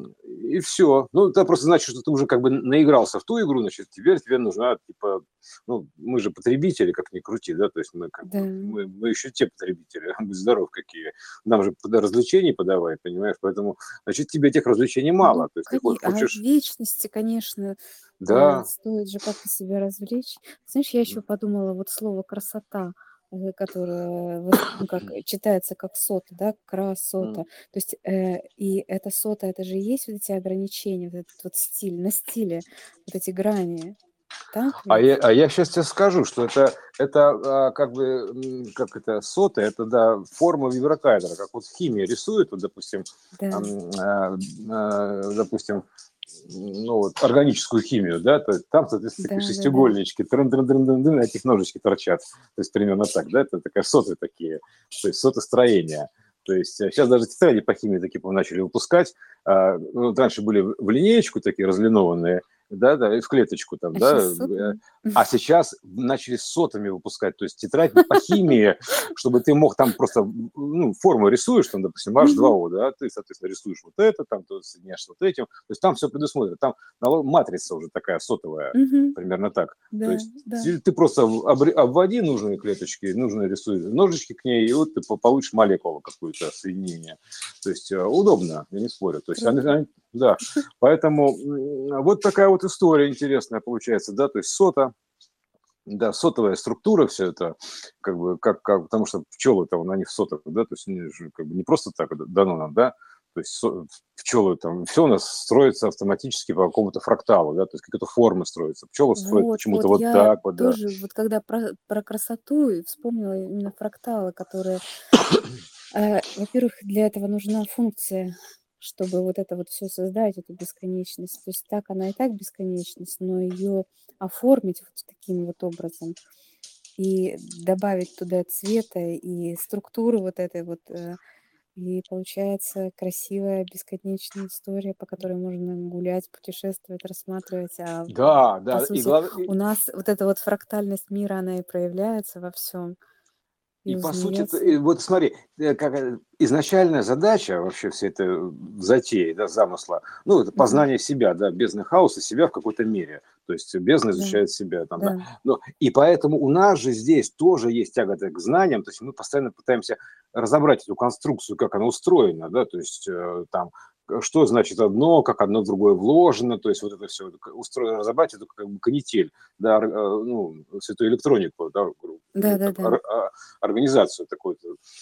и все. Ну, это просто значит, что ты уже как бы наигрался в ту игру, значит, теперь тебе нужна, типа, ну, мы же потребители, как ни крути, да, то есть мы как Да. бы, мы, мы еще те потребители, будь здоров какие. Нам же развлечений подавай, понимаешь, поэтому, значит, тебе этих развлечений Ну, мало, то есть ты коне- а в хочешь, вечности, конечно, э, да, стоит же как-то себя развлечь. Знаешь, я еще подумала, вот слово красота, э, которое вос- ну, как э, читается как сота, да, красота. То есть э, и это сота, это же и есть вот эти ограничения, вот этот вот стиль, на стиле, вот эти грани. Так А я, ведь? а я сейчас тебе скажу, что это, это а, как бы, м, как это, соты, это, да, форма виброкайдера, как вот в химии рисуют, вот, допустим, Да, ам, а, а, допустим, ну, вот, органическую химию, да, то есть там, соответственно, да, такие да, да. шестиугольнички, трын -трын -трын -трын -трын, этих ножички торчат, то есть примерно так, да, это такая соты такие, то есть сотостроение. То есть сейчас даже тетради по химии такие начали выпускать. А, ну, вот раньше были в линеечку такие разлинованные, да, да, и в клеточку там, А да, сейчас э, сотами? а сейчас начали сотами выпускать, то есть тетрадь по химии, чтобы ты мог там просто, ну, форму рисуешь, там, допустим, эйч два о, да, ты, соответственно, рисуешь вот это, там, то соединяешь вот этим, то есть там все предусмотрено, там матрица уже такая сотовая, Мгм. примерно так. То Да, есть да. ты просто обре- обводи нужные клеточки, нужные рисуй ножички к ней, и вот ты получишь молекулу какую-то, соединение. То есть э, удобно, я не спорю. То есть они, Круто. Да, поэтому вот такая вот история интересная получается, да, то есть сота, да, сотовая структура, все это, как бы, как, как, потому что пчелы-то, вон, они в сотах, да, то есть они же как бы не просто так дано нам, да, то есть со, пчелы там, все у нас строится автоматически по какому-то фракталу, да, то есть какие-то формы строятся. Пчелы строят Вот, почему-то вот, вот я так вот, да. тоже, вот когда про, про красоту и вспомнила именно фракталы, которые, э, во-первых, для этого нужна функция, чтобы вот это вот все создать, эту бесконечность. То есть так она и так бесконечность, но ее оформить вот таким вот образом и добавить туда цвета и структуру вот этой вот, э, и получается красивая бесконечная история, по которой можно гулять, путешествовать, рассматривать. А Да, по да, и сути, глав- у и- нас вот эта вот фрактальность мира, она и проявляется во всем и И по сути, это- узнается. и вот смотри, э, как э, изначальная задача вообще всей этой э, затеи, да, замысла, ну, это Мгм. познание себя, да, бездны хаоса, себя в какой-то мере. То есть бездна Да, изучает себя там, да. да. Но, и поэтому у нас же здесь тоже есть тяга к знаниям, то есть мы постоянно пытаемся разобрать эту конструкцию, как она устроена, да, то есть э, там, э, что значит одно, как одно в другое вложено, то есть вот это все устроено, разобрать эту как бы канитель, да, ор- э, ну, всю эту электронику, да, гру- ну, так, Да-да-да. ор- а- организацию такую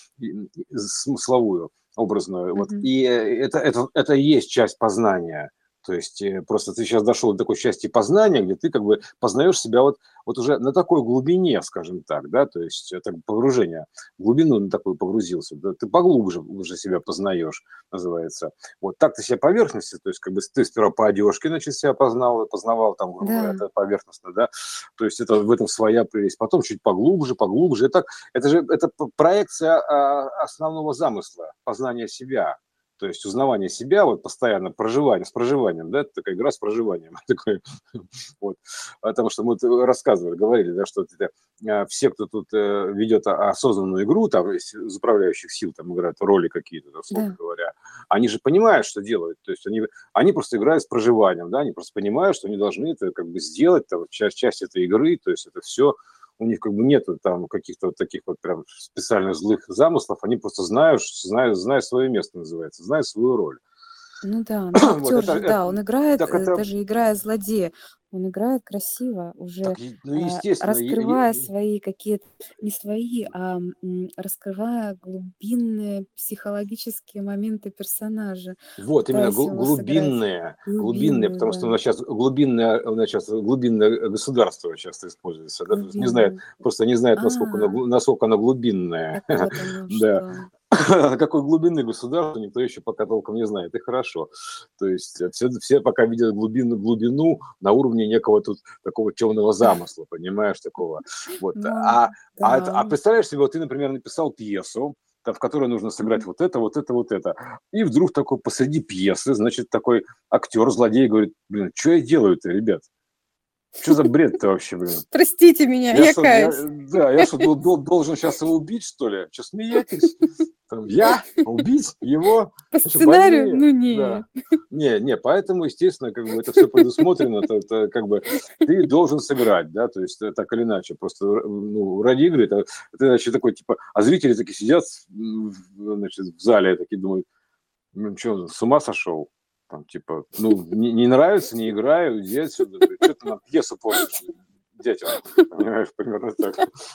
смысловую, образную. Вот. Мгм. И это, это, это и есть часть познания. То есть э, просто ты сейчас дошел до такой части познания, где ты как бы познаешь себя вот, вот уже на такой глубине, скажем так, да, то есть это погружение, в глубину на такую погрузился, да, ты поглубже уже себя познаешь, называется. Вот так ты себя поверхностно, то есть как бы ты сперва по одежке, значит, себя познал, познавал там, грубо говоря, Да. это поверхностно, да, то есть это в этом своя прелесть. Потом чуть поглубже, поглубже. Это, это же это проекция а, основного замысла, познания себя. То есть узнавание себя, вот постоянно проживание, с проживанием, да, это такая игра с проживанием. Такой, вот. Потому что мы рассказывали, говорили, да, что это, а, все, кто тут э, ведет осознанную игру, там, из управляющих сил, там играют роли какие-то, условно Да. говоря, они же понимают, что делают. То есть они, они просто играют с проживанием, да, они просто понимают, что они должны это как бы сделать, там, часть, часть этой игры, то есть это все у них как бы нету там каких-то вот таких вот прям специальных злых замыслов, они просто знают, знают, знают свое место, называется, знают свою роль. Ну да, но Вот актер это, же, это, да, он играет, так э, это, даже играя злодея, он играет красиво, уже так, ну, э, естественно, е- раскрывая е- свои какие-то, не свои, а м, раскрывая глубинные психологические моменты персонажа, вот именно пытаясь гл- его сыграть глубинные, глубинные, глубинную, потому что у да, нас сейчас глубинное, у нас сейчас глубинное государство часто используется, да, то есть не знает, глубинную. просто не знает, насколько оно, А, глу- насколько оно глубинное, так вот оно да. что. Какой глубины государства никто еще пока толком не знает, и хорошо. То есть все, все пока видят глубину, глубину на уровне некого тут такого темного замысла, понимаешь, такого. Вот. Ну, А, а, это- а да. представляешь себе, вот ты, например, написал пьесу, там, в которой нужно сыграть Мгм. вот это, вот это, вот это. И вдруг такой посреди пьесы, значит, такой актер, злодей говорит, блин, что я делаю-то, ребят? Что за бред-то вообще, блин? Простите меня, Я я что, я, каюсь. да, я что, дол- дол- должен сейчас его убить, что ли? Что, смеетесь? Там, я? Убить его? По Ну что, сценарию? больные? Ну не. Да. Не, не, поэтому, естественно, как бы это все предусмотрено, это, это как бы ты должен сыграть, да, то есть э, так или иначе, просто р- ну, ради игры, это, это значит такой, типа, а зрители такие сидят, м, в- значит, в зале, такие думают, ну что, с ума сошел? Там, типа, ну, не, не нравится, не играю, иди отсюда, что ты нам пьесу портишь, дятел, понимаешь, примерно так.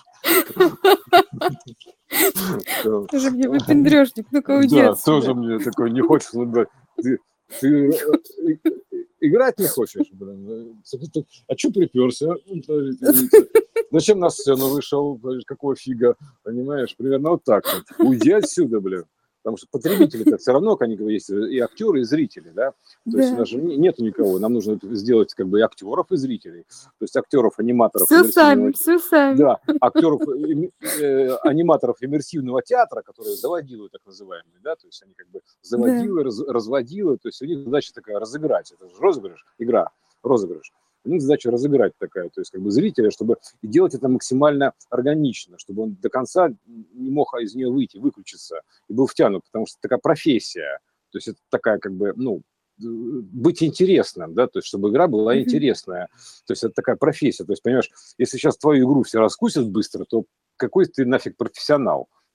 Там, Тоже мне выпендрежник, ну-ка уйди да, тоже отсюда. мне такой, не хочешь, ну, ты, ты э, э, играть не хочешь, блин. э, А что приперся? Ну, извините. Зачем на сцену вышел? Какого фига? Понимаешь? Примерно вот так вот. Уйди отсюда, блин. Потому что потребители-то все равно, как они говорят, есть и актеры, и зрители, да. То есть у Да. нас же не- нету никого. Нам нужно сделать как бы и актеров, и зрителей. То есть актеров, аниматоров, Все сами, иммерсивного, все сами. да, актеров, э, э, аниматоров иммерсивного театра, которые заводилы, так называемые, да, то есть они как бы Да. заводилы, раз, разводилы, то есть у них задача такая разыграть, это же розыгрыш, игра, розыгрыш. У них задача разыграть такая, то есть как бы зрителя, чтобы и делать это максимально органично, чтобы он до конца не мог из нее выйти, выключиться и был втянут, потому что это такая профессия, то есть это такая как бы, ну, быть интересным, да, то есть чтобы игра была Мгм. интересная, то есть это такая профессия, то есть понимаешь, если сейчас твою игру все раскусят быстро, то какой ты нафиг профессионал?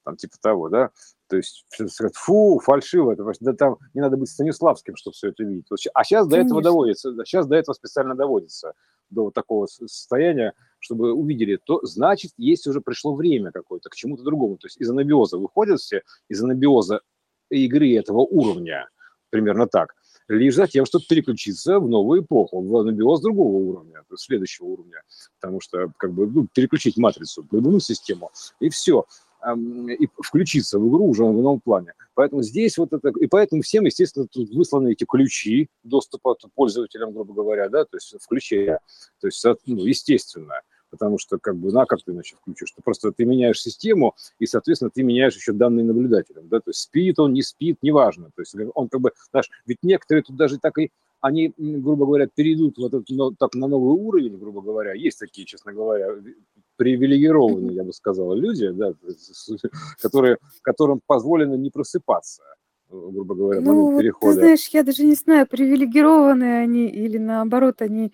там типа того, да, то есть сказать, фу, фальшиво, это, да, там не надо быть Станиславским, чтобы все это видеть. А сейчас до этого Конечно. доводится, сейчас до этого специально доводится, до вот такого состояния, чтобы увидели, то значит, есть уже пришло время какое-то к чему-то другому. То есть из анабиоза выходят все, из анабиоза игры этого уровня, примерно так, лишь за тем, чтобы переключиться в новую эпоху, в анабиоз другого уровня, то есть следующего уровня, потому что как бы ну, переключить матрицу, боевую систему, и все, и включиться в игру уже в новом плане. Поэтому здесь вот это, и поэтому всем, естественно, тут высланы эти ключи доступа пользователям, грубо говоря, да, то есть включения, то есть, ну, естественно, потому что, как бы, на как ты иначе включишь? Ты просто ты меняешь систему, и, соответственно, ты меняешь еще данные наблюдателям, да, то есть спит он, не спит, неважно, то есть он как бы, знаешь, ведь некоторые тут даже так и, они, грубо говоря, перейдут вот это, ну, так на новый уровень, грубо говоря, есть такие, честно говоря, привилегированные, я бы сказал, люди, да, которые, которым позволено не просыпаться, грубо говоря, в момент Ну, вот ты перехода. знаешь, я даже не знаю, привилегированные они или наоборот, они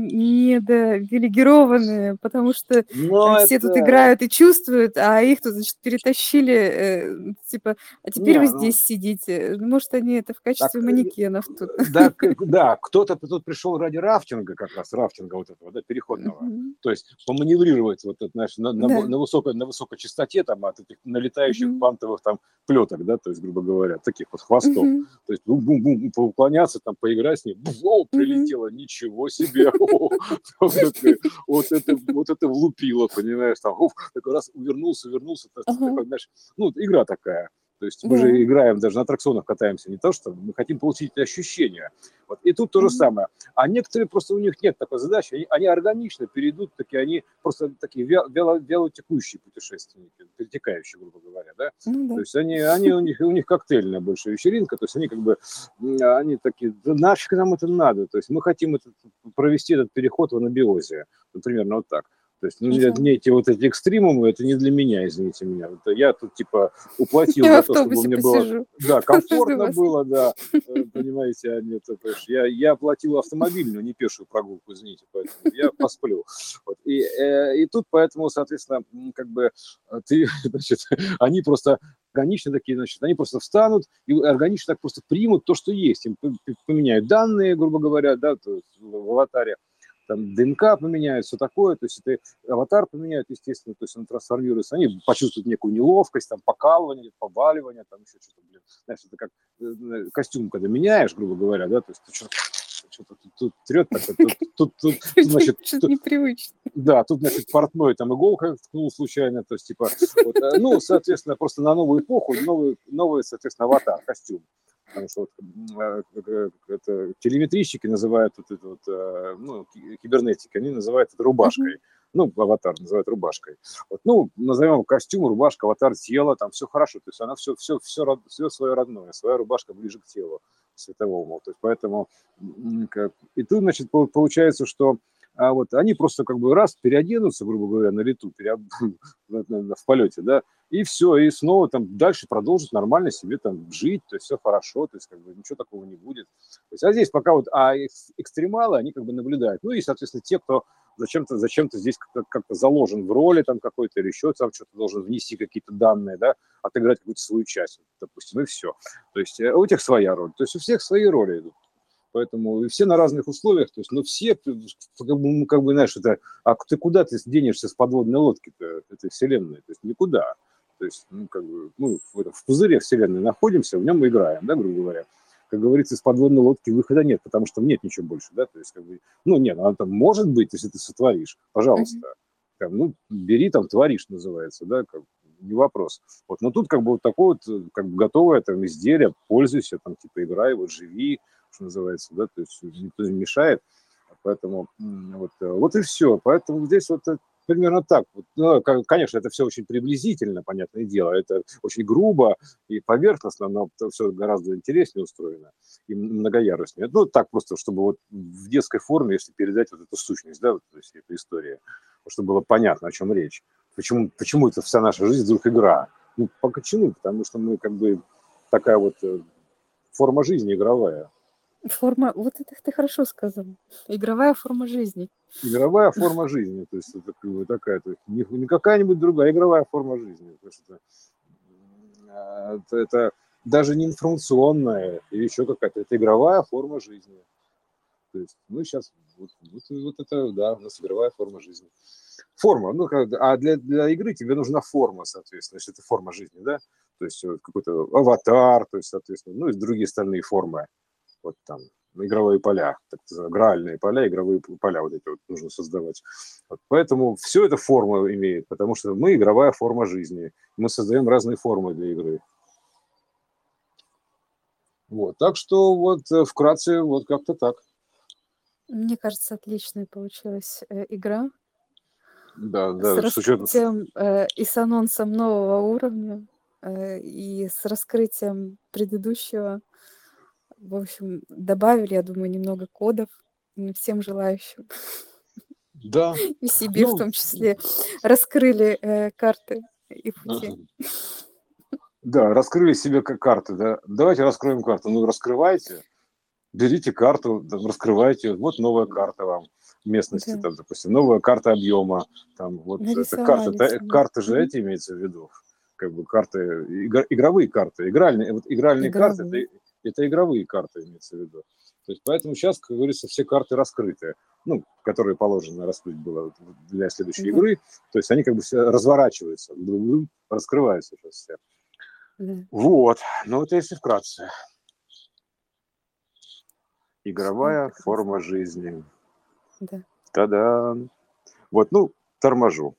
недопривилегированные, потому что Но э, все тут это... играют и чувствуют, а их тут, значит, перетащили, э, типа, а теперь Не, вы ну, здесь сидите. Может, они это в так, качестве манекенов тут. да, к- да, кто-то тут пришел ради рафтинга, как раз рафтинга вот этого, да, переходного. Мгм. То есть поманеврировать вот это, знаешь, на, на, Да. на высокой, на высокой частоте там от этих налетающих Мгм. квантовых там плеток, да, то есть, грубо говоря, таких вот хвостов. Мгм. То есть бум-бум-бум, поуклоняться, там, поиграть с ним, о, Мгм. прилетело, ничего себе, о, вот это, вот это, вот это влупило, понимаешь, там, уф, такой раз увернулся, увернулся, так- Ага. такой, знаешь, ну, игра такая. То есть мы Да. же играем, даже на аттракционах катаемся, не то, что мы хотим получить эти ощущения. Вот. И тут то же Мгм. самое. А некоторые просто у них нет такой задачи, они, они органично перейдут, такие, они просто такие вяло, вялотекущие путешественники, перетекающие, грубо говоря, да. Ну То да. есть они, они у них, у них коктейльная большая вечеринка, то есть они как бы, они такие, да нафиг нам это надо, то есть мы хотим это, провести этот переход в анабиозе, вот примерно вот так. То есть, ну, Ага. мне эти вот эти экстремумы, это не для меня, извините меня. Это я тут, типа, уплатил Я в за то, чтобы автобусе мне было, посижу. да, Подожду комфортно вас. было, да, э, понимаете, а нет, это ж я, я оплатил автомобильную, не пешую прогулку, извините, поэтому я посплю. Вот. И, э, и тут, поэтому, соответственно, м, как бы э, ты, значит, они просто органично такие, значит, они просто встанут и органично так просто примут то, что есть. Им п- п- поменяют данные, грубо говоря, да, то есть в в аватаре, там ДНК поменяют, все такое, то есть это аватар поменяют, естественно, то есть он трансформируется, они почувствуют некую неловкость, там, покалывание, побаливание, там еще что-то, блин, знаешь, это как э, костюм, когда меняешь, грубо говоря, да, то есть ты что-то, что-то тут, тут трет, так, тут, тут, тут, тут, значит, Что-то тут, непривычно. да, тут, значит, портной там иголка ткнул случайно, то есть, типа, вот, э, ну, соответственно, просто на новую эпоху, новый, новый, соответственно, аватар, костюм. Потому что вот, э, э, это, телеметрийщики называют вот это вот, э, ну, ки- кибернетики, они называют это Мгм. рубашкой. Ну, аватар называют рубашкой. Вот, ну, назовем костюм, рубашка, аватар, тело, там все хорошо. То есть она все, все, все, род- все свое родное, своя рубашка ближе к телу световому. То есть поэтому м, как- и тут, значит, пол- получается, что а вот они просто как бы раз переоденутся, грубо говоря, на лету, переоб- на- на- на- в полете, да, и все, и снова там дальше продолжит нормально себе там жить, то есть все хорошо, то есть как бы ничего такого не будет. То есть, а здесь пока вот, а экс- экстремалы, они как бы наблюдают. Ну и, соответственно, те, кто зачем-то зачем заложен как-то заложен в роли там какой-то или еще там что-то должен внести какие-то данные, да, отыграть какую-то свою часть, допустим, и все. То есть э, у тех своя роль, то есть у всех свои роли идут. Поэтому и все на разных условиях, то есть, ну, все, как бы, ну, как бы, знаешь, это, а ты куда ты денешься с подводной лодки-то этой вселенной? То есть никуда. То есть, ну, как бы, мы в, этом, в пузыре вселенной находимся, в нем мы играем, да, грубо говоря. Как говорится, из подводной лодки выхода нет, потому что нет ничего больше, да, то есть, как бы, ну, нет, она там может быть, если ты сотворишь, Мгм. пожалуйста, там, ну, бери там, творишь, называется, да, как, не вопрос. Вот, но тут как бы вот такое вот, как бы готовое там изделие, пользуйся, там, типа, играй, вот, живи, что называется, да, то есть никто не мешает, поэтому вот, вот и все. Поэтому здесь вот примерно так. Вот, ну, конечно, это все очень приблизительно, понятное дело, это очень грубо и поверхностно, но все гораздо интереснее устроено и многояруснее. Ну, так просто, чтобы вот в детской форме, если передать вот эту сущность, да, вот, то есть эту историю, чтобы было понятно, о чем речь. Почему, почему это вся наша жизнь вдруг игра? Ну, почему? Потому что мы как бы такая вот форма жизни игровая. Форма, вот это ты хорошо сказал. Игровая форма жизни. Игровая форма жизни, то есть это как бы такая, то есть не, не какая-нибудь другая, а игровая форма жизни. То есть это, э, это даже не информационная или еще какая-то, это игровая форма жизни. То есть мы сейчас, вот, вот, вот это, да, у нас игровая форма жизни. Форма, ну, как- а для, для игры тебе нужна форма, соответственно, если это форма жизни, да, то есть вот какой-то аватар, то есть, соответственно, ну, и другие остальные формы, вот там, игровые поля, так называемые, игральные поля, игровые поля вот эти вот нужно создавать. Вот поэтому все это форма имеет, потому что мы игровая форма жизни, мы создаем разные формы для игры. Вот, так что вот э, вкратце вот как-то так. Мне кажется, отличная получилась э, игра Да, с да, с учетом... раскрытием э, и с анонсом нового уровня, э, и с раскрытием предыдущего. В общем, добавили, я думаю, немного кодов м, всем желающим. Да, И себе в ну, том числе раскрыли э, карты и пути. ага. Да, раскрыли себе как карты, да. Давайте раскроем карту. Ну, раскрывайте, берите карту, там, раскрывайте. Вот новая карта вам местности, Да, там, допустим, новая карта объема. Там, вот это карта, нарисовали та- себе. карты же Мгм. эти имеется в виду. Как бы карты, игр- игровые карты, игральные, вот игральные карты, Игровые. это, это игровые карты имеется в виду. То есть поэтому сейчас, как говорится, все карты раскрыты, ну, которые положено раскрыть было для следующей Да, игры. То есть они как бы все разворачиваются, раскрываются сейчас все. да, Вот, ну это если вкратце. все Игровая прекрасно. форма жизни. Да. Та-да! Вот, ну, торможу.